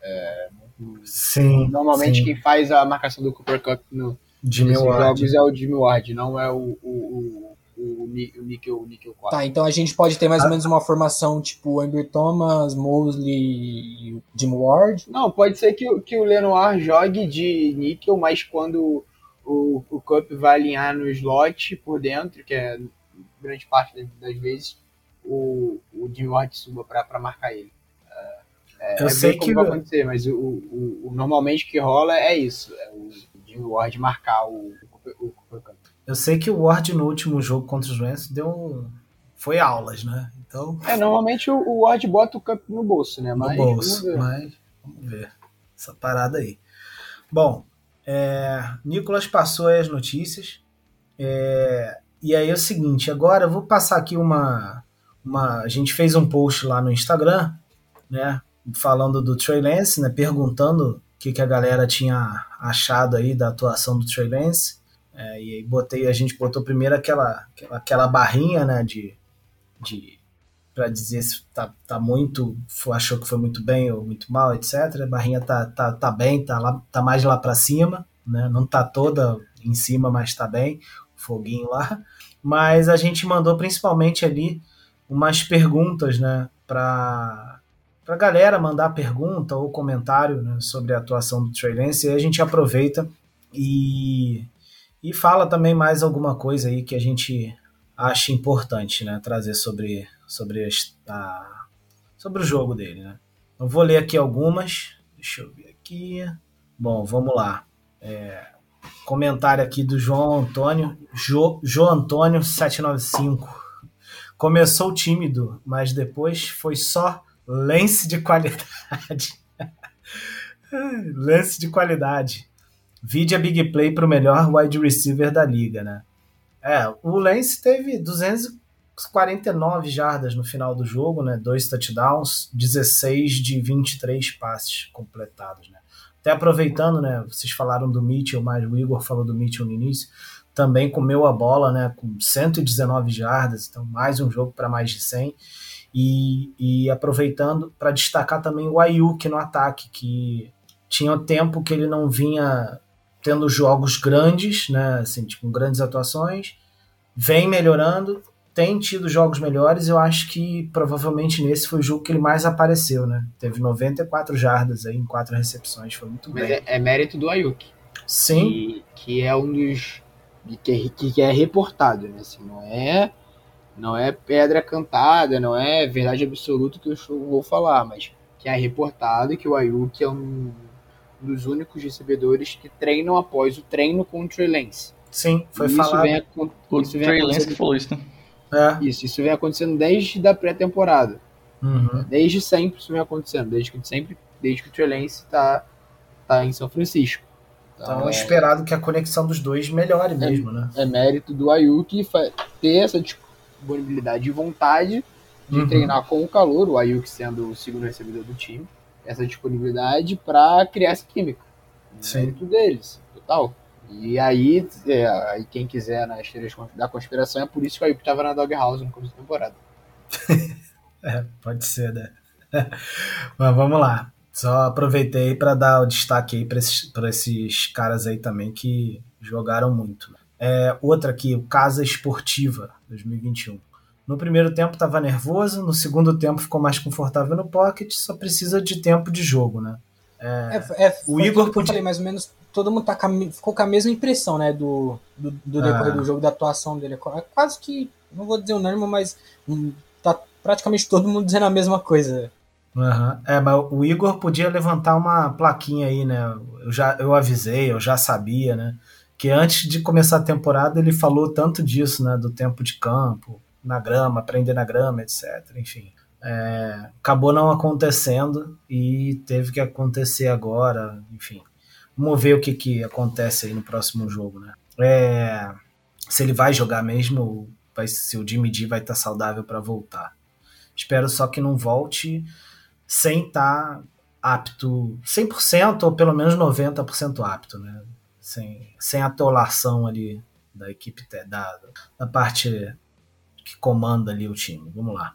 Sim. Normalmente quem faz a marcação do Cooper Kupp nesses jogos é o Jimmy Ward, não é o Nickel 4. Tá, então a gente pode ter mais ou menos uma formação tipo Amber Thomas, Mosley e Jimmy Ward? Não, pode ser que o Lenoir jogue de Nickel, mas quando o Kupp vai alinhar no slot por dentro, que é grande parte das vezes, o Jimmy Ward suba para marcar ele. Eu sei que vai acontecer, mas normalmente o que rola é isso, é o Jimmy Ward marcar o Cooper Kupp. Eu sei que o Ward no último jogo contra os Rams foi aulas, né? Então... normalmente o Ward bota o Kupp no bolso, né? Mas vamos ver essa parada aí. Bom, Nicolas passou aí as notícias. E aí é o seguinte, agora eu vou passar aqui a gente fez um post lá no Instagram, né? Falando do Trey Lance, né? Perguntando que a galera tinha achado aí da atuação do Trey Lance. E aí a gente botou primeiro aquela barrinha, né, para dizer se tá muito, achou que foi muito bem ou muito mal, etc. A barrinha tá bem, tá mais lá para cima, né? Não tá toda em cima, mas tá bem, foguinho lá. Mas a gente mandou principalmente ali umas perguntas, né, para galera mandar pergunta ou comentário, né, sobre a atuação do Trey Lance, e aí a gente aproveita e fala também mais alguma coisa aí que a gente acha importante, né, trazer sobre o jogo dele, né. Eu vou ler aqui algumas, deixa eu ver aqui. Bom, vamos lá. Comentário aqui do João Antônio, João Antônio 795. Começou tímido, mas depois foi só lance de qualidade. Lance de qualidade. Vide a big play para o melhor wide receiver da liga, né? O Lance teve 249 jardas no final do jogo, né? 2 touchdowns, 16 de 23 passes completados, né? Até aproveitando, né? Vocês falaram do Mitchell, mas o Igor falou do Mitchell no início. Também comeu a bola, né? Com 119 jardas, então mais um jogo para mais de 100. E aproveitando para destacar também o Aiyuk no ataque, que tinha tempo que ele não vinha tendo jogos grandes, né, assim, tipo, grandes atuações, vem melhorando, tem tido jogos melhores. Eu acho que provavelmente nesse foi o jogo que ele mais apareceu, né? Teve 94 jardas aí em 4 recepções, foi muito bem. Mas é mérito do Aiyuk. Sim. Que é um dos que é reportado, né? Assim, não é pedra cantada, não é verdade absoluta que eu vou falar, mas que é reportado que o Aiyuk é um dos únicos recebedores que treinam após o treino com o Trey Lance. Sim, foi falado. O Trey Lance que falou isso, né? Isso vem acontecendo desde a pré-temporada. Uhum. Desde sempre isso vem acontecendo, desde que o Trey Lance tá em São Francisco. Então é esperado que a conexão dos dois melhore mesmo, né? É mérito do Aiyuk ter essa disponibilidade e vontade de treinar com o calor, o Aiyuk sendo o segundo recebedor do time, essa disponibilidade para criar essa química. Sim. Mérito deles, total. E aí quem quiser nas teorias da conspiração, é por isso que o Aiyuk estava na doghouse no começo da temporada. Pode ser, né? Mas vamos lá. Só aproveitei para dar o destaque aí para esses caras aí também que jogaram muito. Outra aqui, o Casa Esportiva 2021. No primeiro tempo estava nervoso, no segundo tempo ficou mais confortável no pocket, só precisa de tempo de jogo, né? O Igor podia... falei, mais ou menos, todo mundo ficou com a mesma impressão, né, do decorrer do jogo, da atuação dele. Quase que, não vou dizer unânime, mas tá praticamente todo mundo dizendo a mesma coisa. Uhum. Mas o Igor podia levantar uma plaquinha aí, né? Eu avisei, eu já sabia, né? Que antes de começar a temporada ele falou tanto disso, né? Do tempo de campo, na grama, aprender na grama, etc. Enfim, acabou não acontecendo e teve que acontecer agora. Enfim, vamos ver o que acontece aí no próximo jogo, né? Se ele vai jogar mesmo, se o Jimmy G vai estar saudável para voltar. Espero só que não volte sem estar apto 100% ou pelo menos 90% apto, né? Sem atolação ali da equipe, da parte que comanda ali o time. Vamos lá.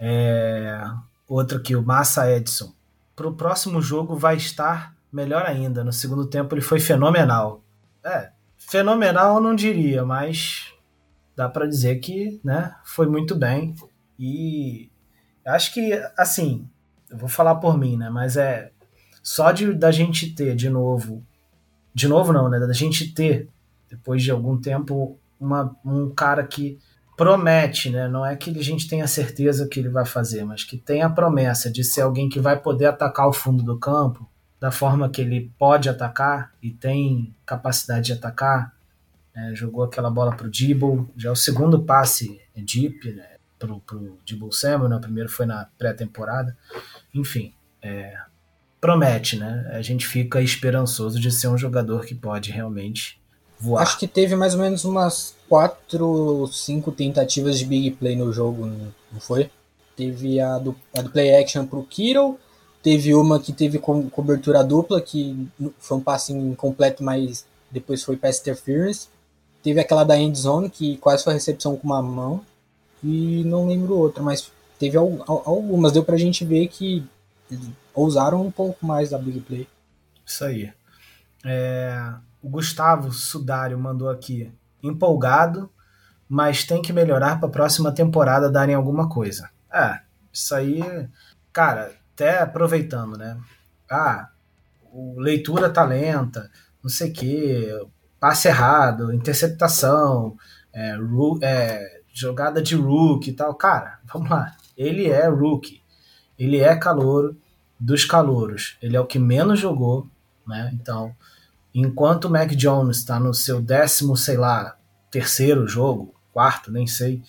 Outro aqui, o Massa Edson. Para o próximo jogo vai estar melhor ainda. No segundo tempo ele foi fenomenal. Fenomenal eu não diria, mas dá para dizer que, né, foi muito bem. E acho que, assim, eu vou falar por mim, né, mas só da gente ter de novo não, né, da gente ter, depois de algum tempo, um cara que promete, né, não é que a gente tenha certeza que ele vai fazer, mas que tem a promessa de ser alguém que vai poder atacar o fundo do campo da forma que ele pode atacar e tem capacidade de atacar. Jogou aquela bola pro Deebo, já é o segundo passe deep, né, pro Deebo Samuel, né, o primeiro foi na pré-temporada. Enfim, promete, né? A gente fica esperançoso de ser um jogador que pode realmente voar. Acho que teve mais ou menos umas 4 ou 5 tentativas de big play no jogo, não foi? Teve a do play action pro Kittle, Teve uma que teve cobertura dupla, que foi um passe incompleto, mas depois foi pass interference. Teve aquela da end zone, que quase foi recepção com uma mão. E não lembro outra, mas teve algumas. Deu pra gente ver que ousaram um pouco mais da big play. Isso aí. O Gustavo Sudário mandou aqui, empolgado, mas tem que melhorar para a próxima temporada darem alguma coisa. Isso aí, cara, até aproveitando, né? Leitura tá lenta, não sei o quê, passe errado, interceptação, jogada de rookie e tal. Cara, vamos lá. Ele é rookie. Ele é calouro dos calouros. Ele é o que menos jogou, né? Então, enquanto o Mac Jones está no seu 10º, sei lá, terceiro jogo, quarto, nem sei,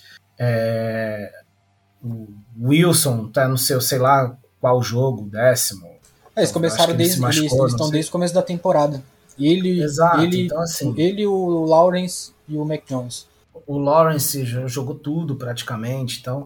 o Wilson está no seu, sei lá, qual jogo, 10º. Eles começaram eles estão desde o começo da temporada. Exato, então assim... Ele, o Lawrence e o Mac Jones. O Lawrence jogou tudo praticamente, então...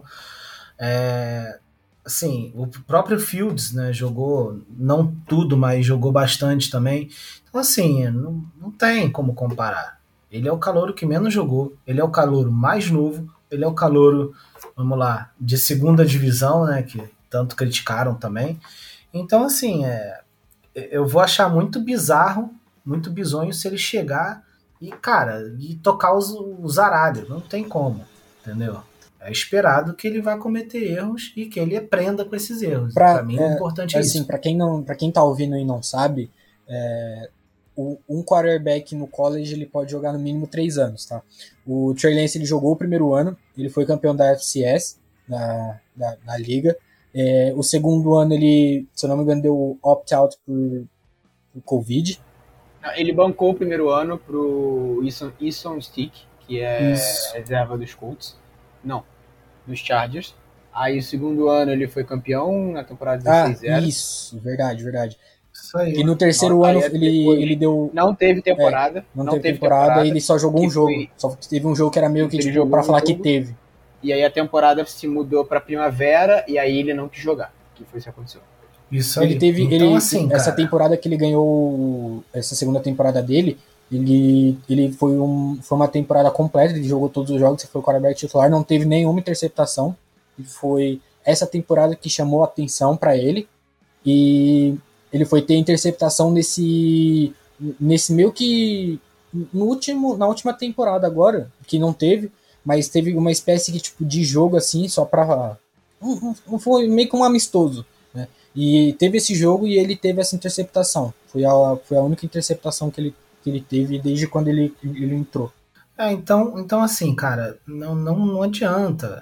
assim, o próprio Fields, né, jogou, não tudo, mas jogou bastante também. Então, assim, não tem como comparar. Ele é o calouro que menos jogou, ele é o calouro mais novo, ele é o calouro, vamos lá, de segunda divisão, né, que tanto criticaram também. Então, assim, eu vou achar muito bizarro, muito bizonho se ele chegar e, cara, e tocar os aralhos. Não tem como, entendeu? É esperado que ele vai cometer erros e que ele aprenda com esses erros. Para mim, o importante é assim, isso. Para quem tá ouvindo e não sabe, um quarterback no college ele pode jogar no mínimo 3 anos, tá? O Trey Lance ele jogou o primeiro ano, ele foi campeão da FCS, da liga. O segundo ano ele, se eu não me engano, deu opt-out por Covid. Ele bancou o primeiro ano pro Easton Stick, que é reserva dos Colts. Não, dos Chargers. Aí o segundo ano ele foi campeão na temporada 16-0. Isso, verdade. Isso aí. E no terceiro ano ele deu... Não teve temporada. Não teve temporada, ele só jogou um jogo. Só teve um jogo que era meio que tipo, pra falar que teve. E aí a temporada se mudou pra primavera e aí ele não quis jogar. Que foi isso que aconteceu. Isso aí. Ele teve, então, assim, essa cara, temporada que ele ganhou, essa segunda temporada dele, ele foi uma temporada completa, ele jogou todos os jogos, foi o quarterback titular, não teve nenhuma interceptação, e foi essa temporada que chamou a atenção para ele, e ele foi ter interceptação nesse meio que na última temporada agora, que não teve, mas teve uma espécie de, tipo, de jogo assim, só para foi meio que um amistoso, né? E teve esse jogo e ele teve essa interceptação. Foi a única interceptação que ele teve desde quando ele entrou. Então assim, cara, não adianta.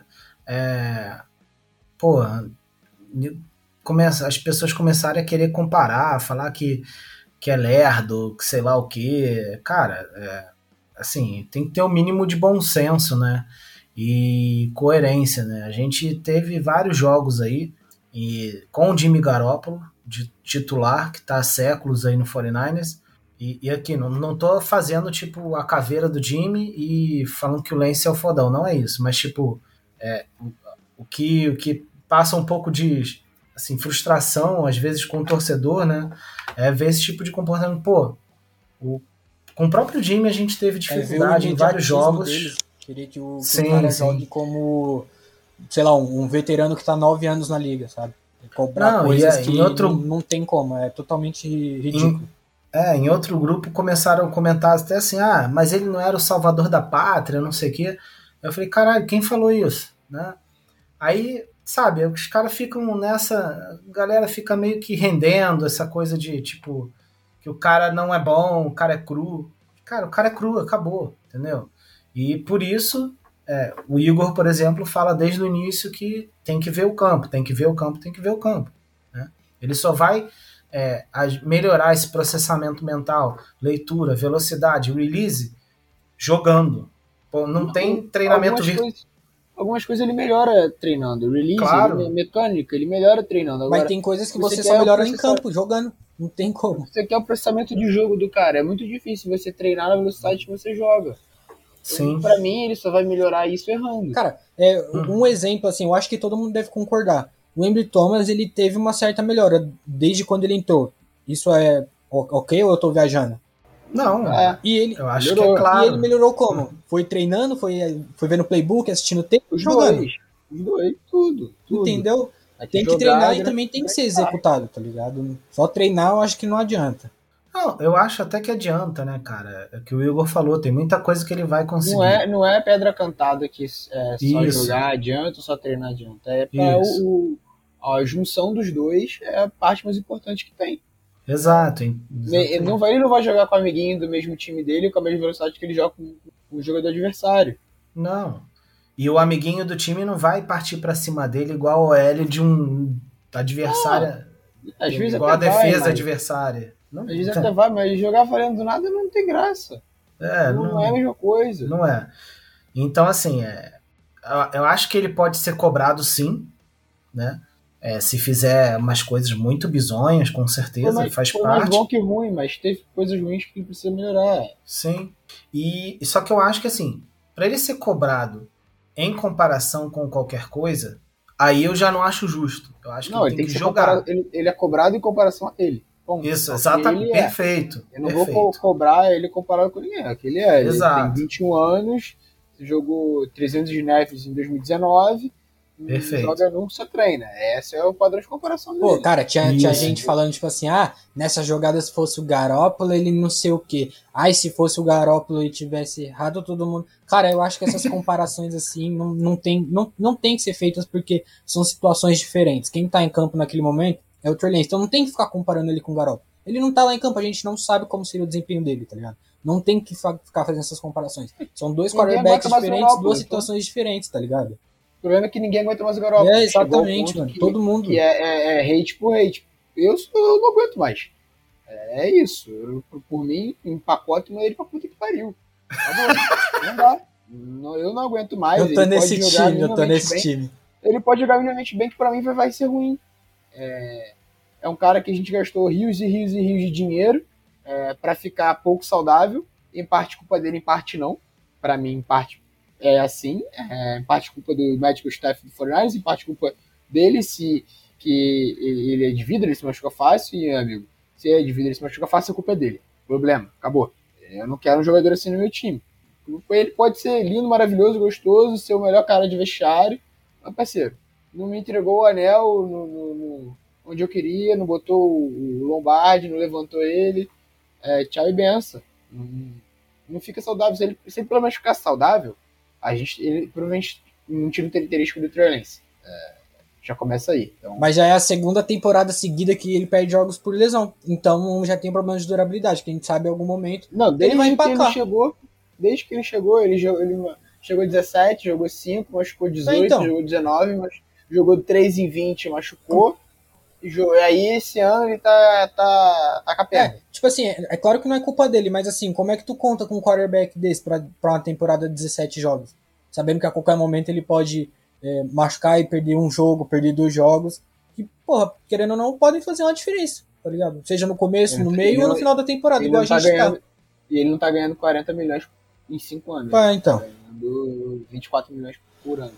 As pessoas começarem a querer comparar, falar que é lerdo, que sei lá o que. Cara, assim, tem que ter o mínimo de bom senso, né? E coerência, né? A gente teve vários jogos aí e com o Jimmy Garoppolo, de titular, que tá há séculos aí no 49ers, e aqui, não tô fazendo, tipo, a caveira do Jimmy e falando que o Lance é o fodão, não é isso, mas, tipo, o que passa um pouco de, assim, frustração, às vezes, com o torcedor, né, ver esse tipo de comportamento. Pô, com o próprio Jimmy a gente teve dificuldade em vários jogos. Deles. Queria que o cara jogue como, sei lá, um veterano que tá 9 anos na liga, sabe? Cobrar coisas que não tem como, é totalmente ridículo. Em outro grupo começaram a comentar até assim, mas ele não era o salvador da pátria, não sei o quê. Eu falei, caralho, quem falou isso? Né? Aí, sabe, os caras ficam nessa... A galera fica meio que rendendo essa coisa de, tipo, que o cara não é bom, o cara é cru. Cara, o cara é cru, acabou, entendeu? E por isso, o Igor, por exemplo, fala desde o início que tem que ver o campo, tem que ver o campo, tem que ver o campo. Né? Ele só vai melhorar esse processamento mental, leitura, velocidade, release, jogando. Pô, não tem treinamento virtual. Algumas coisas ele melhora treinando. Release, claro. Mecânica, ele melhora treinando. Agora, mas tem coisas que você só melhora em campo, jogando. Não tem como. Você quer o processamento de jogo do cara. É muito difícil você treinar na velocidade que você joga. Sim. Pra mim, ele só vai melhorar isso errando. Cara, um exemplo, assim, eu acho que todo mundo deve concordar. o Ambry Thomas ele teve uma certa melhora desde quando ele entrou. Isso é ok ou eu tô viajando? Não, E ele, eu acho melhorou. que é claro. E ele melhorou como? Foi treinando, foi vendo playbook, assistindo tempo, Os jogando. dois, tudo. Entendeu? Tem Tem que jogar, treinar e né? também tem que ser executado, tá ligado? Só treinar eu acho que não adianta. Não, eu acho até que adianta, né, cara? É que o Igor falou, tem muita coisa que ele vai conseguir. Não é pedra cantada que só Isso. jogar adianta ou só treinar adianta. É pra Isso. a junção dos dois é a parte mais importante que tem. Exato. Ele não vai jogar com o amiguinho do mesmo time dele com a mesma velocidade que ele joga com o jogador adversário. Não. E o amiguinho do time não vai partir pra cima dele igual o L de um adversário. Às vezes igual a até defesa vai, adversária. Não, às vezes até vai, mas jogar valendo do nada não tem graça. Não é a mesma coisa. Não é. Então, assim, eu acho que ele pode ser cobrado sim, né? Se fizer umas coisas muito bizonhas, com certeza, ele faz foi parte. mais bom que ruim, mas teve coisas ruins que precisa melhorar. Sim. E só que eu acho que, assim, para ele ser cobrado em comparação com qualquer coisa, aí eu já não acho justo. Eu acho que ele tem que jogar. Ele é cobrado em comparação a ele. Ponto. Isso, exatamente. Perfeito. Eu não vou cobrar ele comparado com ninguém. É que ele é. Exato. Ele tem 21 anos, jogou 300 snaps em 2019. Perfeito. Joga nunca, só treina. Esse é o padrão de comparação dele. Pô, cara, tinha gente falando, tipo assim, nessa jogada se fosse o Garoppolo, ele não sei o quê. Se fosse o Garoppolo e tivesse errado todo mundo... Cara, eu acho que essas comparações, assim, não tem que ser feitas porque são situações diferentes. Quem tá em campo naquele momento é o Trey Lance. Então não tem que ficar comparando ele com o Garoppolo. Ele não tá lá em campo, a gente não sabe como seria o desempenho dele, tá ligado? Não tem que ficar fazendo essas comparações. São dois quarterbacks diferentes, duas situações diferentes, tá ligado? O problema é que ninguém aguenta mais o Garoppolo. Exatamente, mano. Todo mundo. Que é hate por hate. Eu não aguento mais. É isso. Por mim, em pacote, não é ele pra puta que pariu. Não dá. Eu não aguento mais. Eu tô nesse time. Ele pode jogar minimamente bem, que pra mim vai ser ruim. É um cara que a gente gastou rios e rios e rios de dinheiro pra ficar pouco saudável. Em parte culpa dele, em parte não. Pra mim, em parte é assim, em parte culpa do medical staff do 49ers, em parte culpa dele, que ele é de vidro, ele se machuca fácil, e, amigo, se é de vidro, ele se machuca fácil, a culpa é dele. Problema, acabou. Eu não quero um jogador assim no meu time. Ele pode ser lindo, maravilhoso, gostoso, ser o melhor cara de vestiário, mas, parceiro, não me entregou o anel onde eu queria, não botou o Lombardi, não levantou ele, tchau e benção. Não fica saudável. Se ele pelo menos ficar saudável, ele provavelmente não tira o característico do Trey Lance. Já começa aí. Então... Mas já é a segunda temporada seguida que ele perde jogos por lesão. Então já tem problemas de durabilidade, que a gente sabe em algum momento. Não, desde que ele chegou, ele chegou 17, jogou 5, machucou 18, jogou 19, mas jogou 3 em 20, machucou. E aí esse ano ele tá com a perna. Tipo assim, é claro que não é culpa dele, mas assim, como é que tu conta com um quarterback desse pra uma temporada de 17 jogos? Sabendo que a qualquer momento ele pode machucar e perder um jogo, perder 2 jogos. E, porra, querendo ou não, podem fazer uma diferença, tá ligado? Seja no começo, no meio ou no final da temporada, igual a gente tá. E ele não tá ganhando 40 milhões em 5 anos. Então. Tá ganhando 24 milhões por ano.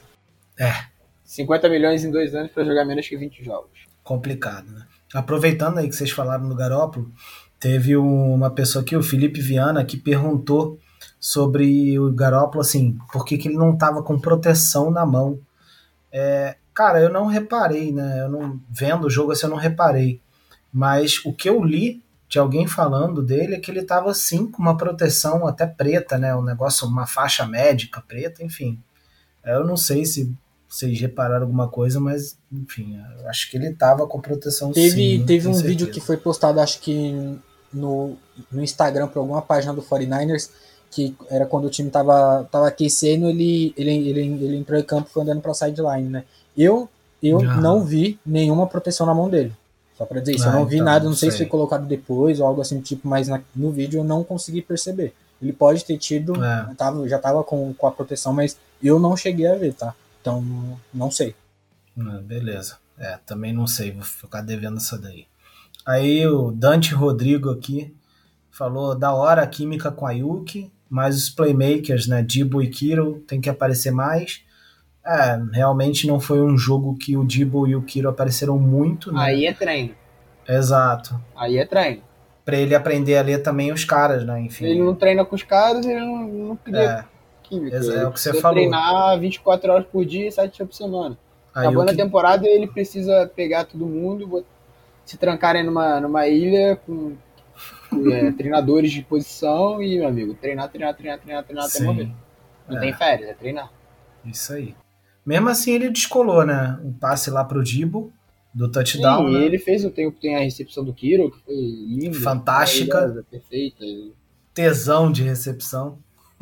50 milhões em 2 anos pra jogar menos que 20 jogos. Complicado, né? Aproveitando aí que vocês falaram do Garoppolo, teve uma pessoa aqui, o Felipe Viana, que perguntou sobre o Garoppolo, assim, por que ele não tava com proteção na mão. Cara, eu não reparei, né? Vendo o jogo assim, eu não reparei. Mas o que eu li de alguém falando dele é que ele tava, sim, com uma proteção até preta, né? Um negócio, uma faixa médica preta, enfim. Eu não sei se vocês repararam alguma coisa, mas, enfim, eu acho que ele tava com proteção sim. Teve um vídeo que foi postado, acho que no Instagram, por alguma página do 49ers, que era quando o time tava aquecendo, ele entrou em campo e foi andando pra sideline, né? Eu não vi nenhuma proteção na mão dele. Só pra dizer isso, eu não vi nada, não sei se foi colocado depois ou algo assim, tipo, mas no vídeo eu não consegui perceber. Ele pode ter tido, já tava com a proteção, mas eu não cheguei a ver, tá? Então, não sei. Beleza. Também não sei, vou ficar devendo essa daí. Aí o Dante Rodrigo aqui falou da hora a química com a Yuki, mas os playmakers, né, Debo e Kittle, tem que aparecer mais. realmente não foi um jogo que o Debo e o Kiro apareceram muito, né? Aí é treino. Exato. Aí é treino. Pra ele aprender a ler também os caras, né? Enfim. Ele não treina com os caras, ele não cria química. É o que você precisa falou. treinar 24 horas por dia e 7 dias por semana. Aí Acabando a temporada, ele precisa pegar todo mundo, se trancarem numa ilha com treinadores de posição e, meu amigo, treinar até morrer. Não tem férias, é treinar. Isso aí. Mesmo assim, ele descolou, né? Um passe lá pro Debo, do touchdown. Sim, né? ele fez o tempo, tem a recepção do Kiro, que foi linda. Fantástica. Perfeita. Tesão de recepção.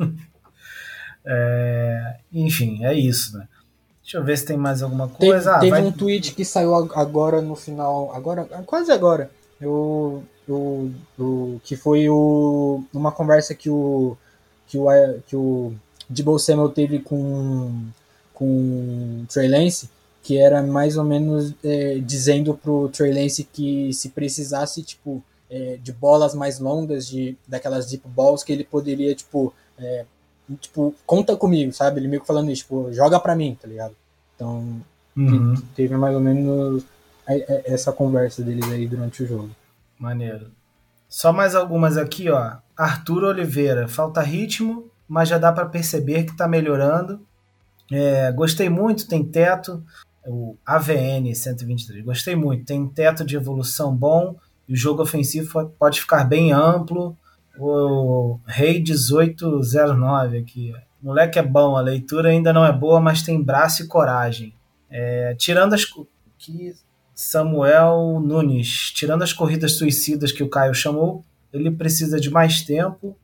Enfim, é isso, né? Deixa eu ver se tem mais alguma coisa. Teve um tweet que saiu agora no final, quase agora, que foi uma conversa que o Deebo Samuel teve com o Trey Lance, que era mais ou menos dizendo pro Trey Lance que se precisasse de bolas mais longas, daquelas deep balls, que ele poderia conta comigo, sabe? Ele meio que falando isso, joga pra mim, tá ligado? Então, teve mais ou menos essa conversa deles aí durante o jogo. Maneiro. Só mais algumas aqui, ó. Arthur Oliveira, falta ritmo, mas já dá pra perceber que tá melhorando. Gostei muito, tem teto. O AVN 123, gostei muito, tem teto de evolução bom e o jogo ofensivo pode ficar bem amplo. O Rei 1809 aqui, moleque é bom, a leitura ainda não é boa, mas tem braço e coragem. Tirando as Samuel Nunes, tirando as corridas suicidas que o Caio chamou, ele precisa de mais tempo.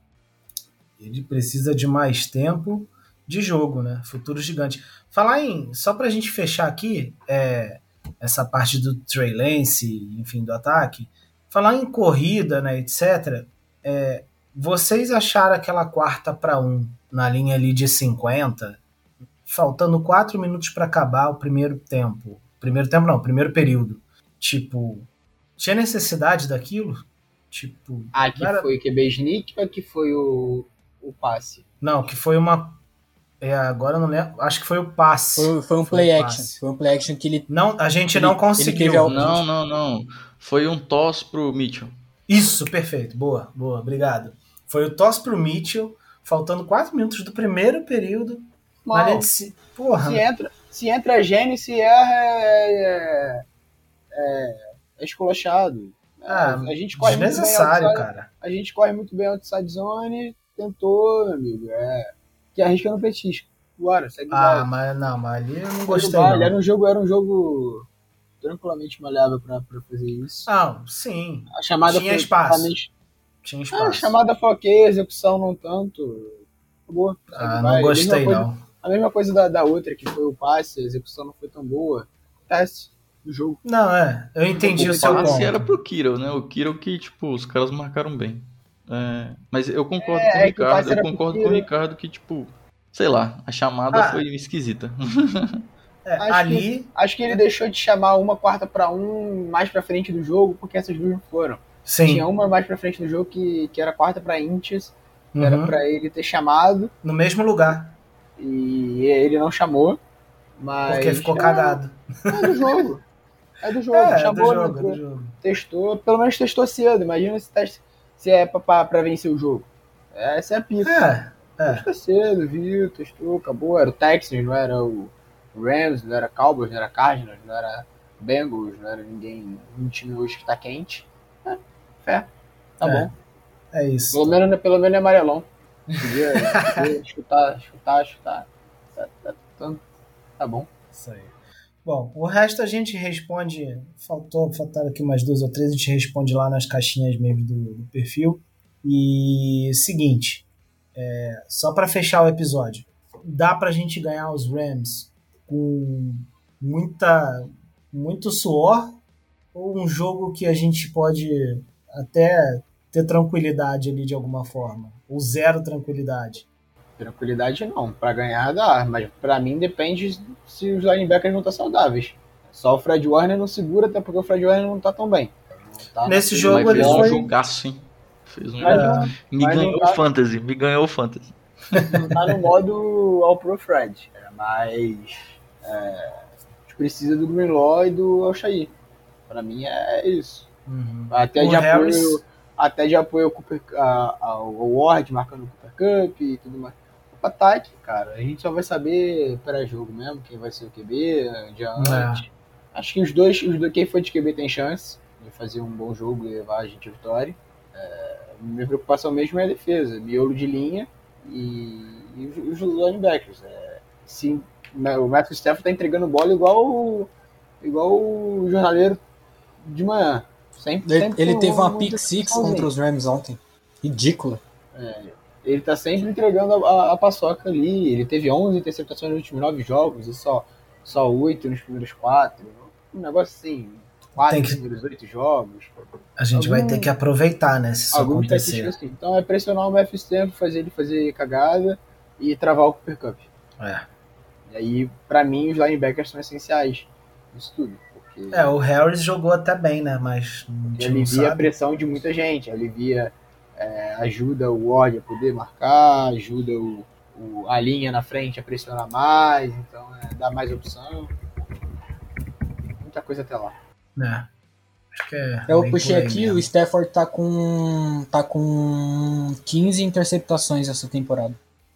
De jogo, né? Futuro gigante. Falar só pra gente fechar aqui essa parte do Trey Lance, enfim, do ataque, falar em corrida, né, etc. Vocês acharam aquela 4ª-1 na linha ali de 50, faltando 4 minutos para acabar o primeiro período. Tinha necessidade daquilo? Que foi o QB sneak ou que foi o passe? Não, que foi uma... agora eu não lembro. Acho que foi o passe. Foi um play action. Foi um play action que ele... Não, a gente não conseguiu. Não. Foi um toss pro Mitchell. Isso, perfeito. Boa, obrigado. Foi o toss pro Mitchell, faltando 4 minutos do primeiro período. Porra. Se entra gênio, se erra, é esculachado. A gente corre desnecessário, muito bem outside, cara. A gente corre muito bem outside zone, tentou, meu amigo. Que arrisca no petisco. Bora, segue mais. Mas ali eu não gostei. Era um jogo tranquilamente malhável pra fazer isso. Sim. A chamada tinha espaço. A chamada foi ok, a execução não tanto. Acabou. Não gostei, não. A mesma coisa da outra, que foi o passe, a execução não foi tão boa. Teste do jogo. Não, eu entendi o seu ponto. O passe era pro Kiro, né? O Kiro que, os caras marcaram bem. Mas eu concordo com o Ricardo. Eu concordo com o Ricardo que, sei lá, a chamada foi esquisita. Acho que ele deixou de chamar uma 4ª-1 mais pra frente do jogo, porque essas duas não foram. Sim. Tinha uma mais pra frente do jogo que era 4ª Inches, que era pra ele ter chamado. No mesmo lugar. E ele não chamou, mas... Porque ficou cagado. É do jogo. Chamou, é do jogo. Testou, pelo menos testou cedo. Imagina se é pra vencer o jogo. Essa é a pica. Testou cedo, viu, testou, acabou. Era o Texans, não era o Rams, não era Cowboys, não era Cardinals, não era Bengals, não era ninguém, um time hoje que tá quente. Tá bom. É isso. Pelo menos é amarelão. Podia chutar. Tá bom. Isso aí. Bom, o resto a gente responde. Faltaram aqui umas 2 ou 3, a gente responde lá nas caixinhas mesmo do perfil. E seguinte, só para fechar o episódio, dá pra gente ganhar os Rams com muito suor, ou um jogo que a gente pode até ter tranquilidade ali de alguma forma, ou zero tranquilidade? Tranquilidade não, pra ganhar dá, mas pra mim depende se os linebackers não estão saudáveis. Só o Fred Warner não segura, até porque o Fred Warner não tá tão bem. Nesse jogo ele fez foi... um jogaço, hein? Me ganhou o fantasy. não tá no modo All Pro Fred, mas a gente precisa do Greenlaw e do Alshire. Pra mim é isso. Uhum. Até O de Harris- apoio ao Cooper, ao Ward marcando o Cooper Cup e tudo mais. O ataque, cara, a gente só vai saber pré-jogo mesmo, quem vai ser o QB, dia antes. Acho que os dois, quem for de QB tem chance de fazer um bom jogo e levar a gente à vitória. Minha preocupação mesmo é a defesa, miolo de linha e os linebackers. Se o Matthew Stafford tá entregando bola igual o jornaleiro de manhã. Sempre Ele com teve uma um pick six interceptaçãozinha. contra os Rams ontem. Ridícula. Ele tá sempre entregando a paçoca ali. Ele teve 11 interceptações nos últimos 9 jogos e só 8 nos primeiros 4. Um negócio assim, 4 Tem nos que- primeiros 8 jogos. A gente vai ter que aproveitar, né? Se isso Alguns acontecer. estatísticas assim. Então é pressionar o Matthew Stafford, fazer ele fazer cagada e travar o Cooper Cup. É. E aí, pra mim, os linebackers são essenciais nisso tudo. Porque O Harris jogou até bem, né? Mas a ele gente não alivia a sabe. pressão de muita gente, ajuda o Ward a poder marcar, ajuda a linha na frente a pressionar mais, então dá mais opção. Muita coisa até lá. Acho que é. Eu bem puxei por aí aqui, mesmo. o Stafford tá com 15 interceptações essa temporada.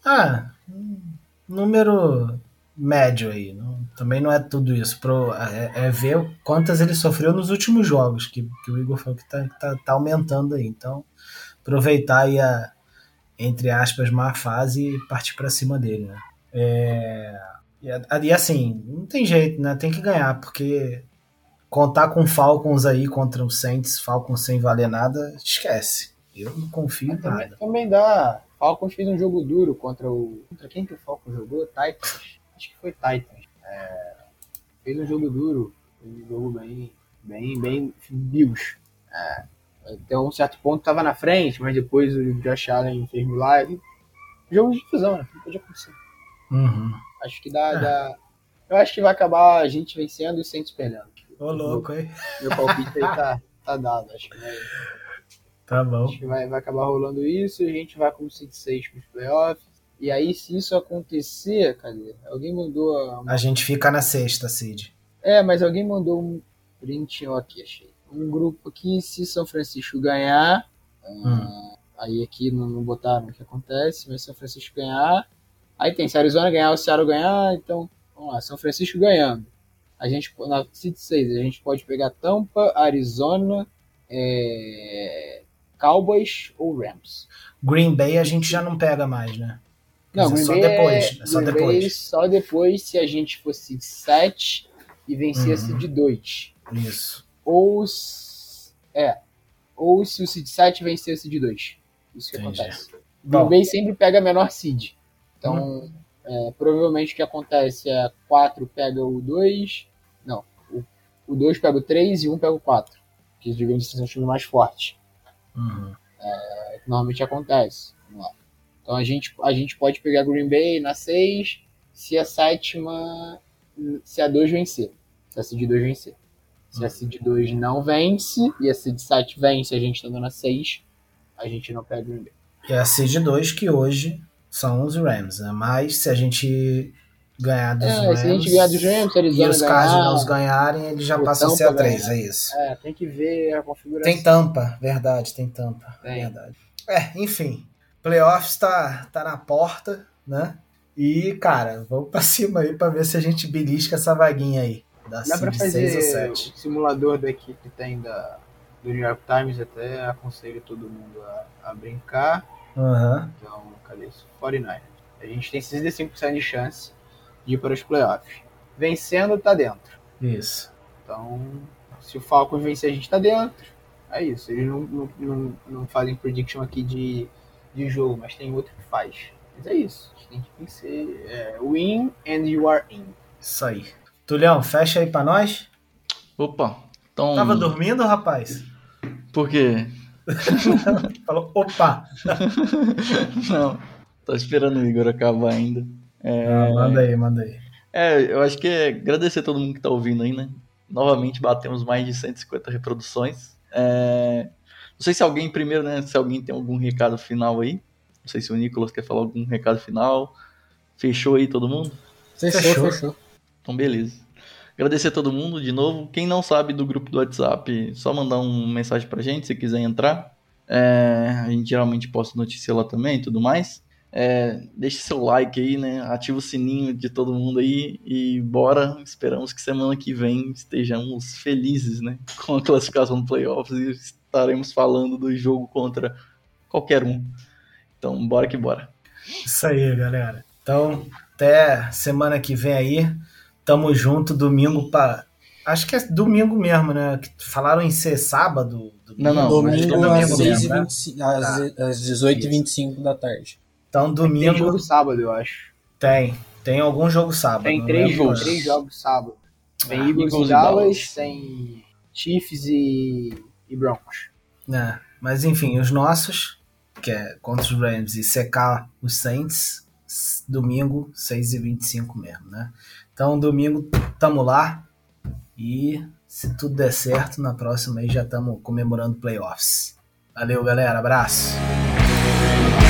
Número médio aí. Também não é tudo isso. É ver quantas ele sofreu nos últimos jogos, que o Igor falou que tá aumentando aí. Então, aproveitar aí a, entre aspas, má fase e partir pra cima dele, né? E assim, não tem jeito, né? Tem que ganhar, porque contar com Falcons aí contra o Saints, Falcons sem valer nada, esquece. Eu não confio em nada. Também dá. Falcons fez um jogo duro contra quem que o Falcons jogou? Titans. Acho que foi Titans. Fez um jogo duro. Fez um jogo bem Bills. Até um certo ponto estava na frente, mas depois o Josh Allen fez milagre. Jogo de difusão, né? Não podia acontecer. Uhum. Acho que dá. Eu acho que vai acabar a gente vencendo e o Saints perdendo. Ô, louco, hein? Meu palpite aí tá dado. Acho que Tá bom. Acho que vai acabar rolando isso e a gente vai como seed 6 para os playoffs. E aí, se isso acontecer, cadê? Alguém mandou. A gente fica na sexta, Cid. Mas alguém mandou um print aqui, achei. Um grupo aqui, se São Francisco ganhar. Aí aqui não botaram o que acontece, mas se São Francisco ganhar. Aí tem se Arizona ganhar ou Seattle ganhar, então, vamos lá, São Francisco ganhando. A gente, na seed 6, a gente pode pegar Tampa, Arizona, Cowboys ou Rams. Green Bay a gente já não pega mais, né? Não, Green Green só Bay depois. É só Green depois. Bay só depois se a gente for seed 7 e vencer a seed 2. Isso. Ou se o seed 7 vencer a seed 2. Isso que Entendi. acontece. Bom. Green Bay sempre pega a menor seed. Então, provavelmente o que acontece é 4 pega o 2. Não, o 2 pega o 3 e 1 pega o 4. Que digamos assim são os times mais fortes. Uhum. Normalmente acontece. Vamos lá. Então a gente pode pegar Green Bay na 6 se a sétima. Se a 2 vencer. Se a seed 2 vencer. Se a seed 2 não vence e a seed 7 vence, a gente estando na 6, a gente não pega Green Bay. E a seed 2 que hoje são os Rams, né? Mas se a gente ganhar dos Rams. Se a gente ganhar dos Rams, Arizona e os Cardinals ganharem, eles já o passam a ser Tampa a 3, ganhar. é isso. Tem que ver a configuração. Tem Tampa, verdade, tem Tampa. Tem. Verdade. Enfim. Playoffs tá na porta, né? E, cara, vamos pra cima aí pra ver se a gente belisca essa vaguinha aí. Da Dá pra seed 6 ou fazer 7. o simulador daqui que tem do New York Times, até aconselho todo mundo a brincar. Uhum. Então, cadê isso? 49ers. A gente tem 65% de chance de ir para os playoffs. Vencendo, tá dentro. Isso. Então, se o Falcons vencer, a gente tá dentro. É isso. Eles não fazem prediction aqui de jogo, mas tem outro que faz. Mas é isso. A gente tem que vencer. Win and you are in. Isso aí. Tulhão, fecha aí pra nós. Opa, então... Tava dormindo, rapaz? Por quê? Falou, opa! Não, tô esperando o Igor acabar ainda. Manda aí. Eu acho que é agradecer a todo mundo que tá ouvindo aí, né? Novamente batemos mais de 150 reproduções. Não sei se alguém primeiro, né? Se alguém tem algum recado final aí. Não sei se o Nicolas quer falar algum recado final. Fechou aí todo mundo? Fechou. Então, beleza. Agradecer a todo mundo de novo. Quem não sabe do grupo do WhatsApp, só mandar uma mensagem pra gente se quiser entrar. A gente geralmente posta notícia lá também e tudo mais. Deixe seu like aí, né? Ativa o sininho de todo mundo aí e bora. Esperamos que semana que vem estejamos felizes, né? Com a classificação do playoffs e estaremos falando do jogo contra qualquer um. Então, bora que bora. Isso aí, galera. Então, até semana que vem aí. Tamo junto, domingo pra... Acho que é domingo mesmo, né? Falaram em ser sábado. Não. Domingo às mesmo, né? 18h25 da tarde. Então, domingo... Tem jogo sábado, eu acho. Tem algum jogo sábado. Tem não três lembro. jogos sábado. Tem Eagles Eagles e e Dallas, Dallas. tem Chiefs e Broncos. Mas enfim, os nossos, que é contra os Rams e secar os Saints, domingo, 6h25 mesmo, né? Então, domingo, tamo lá e se tudo der certo, na próxima aí já estamos comemorando playoffs. Valeu, galera. Abraço.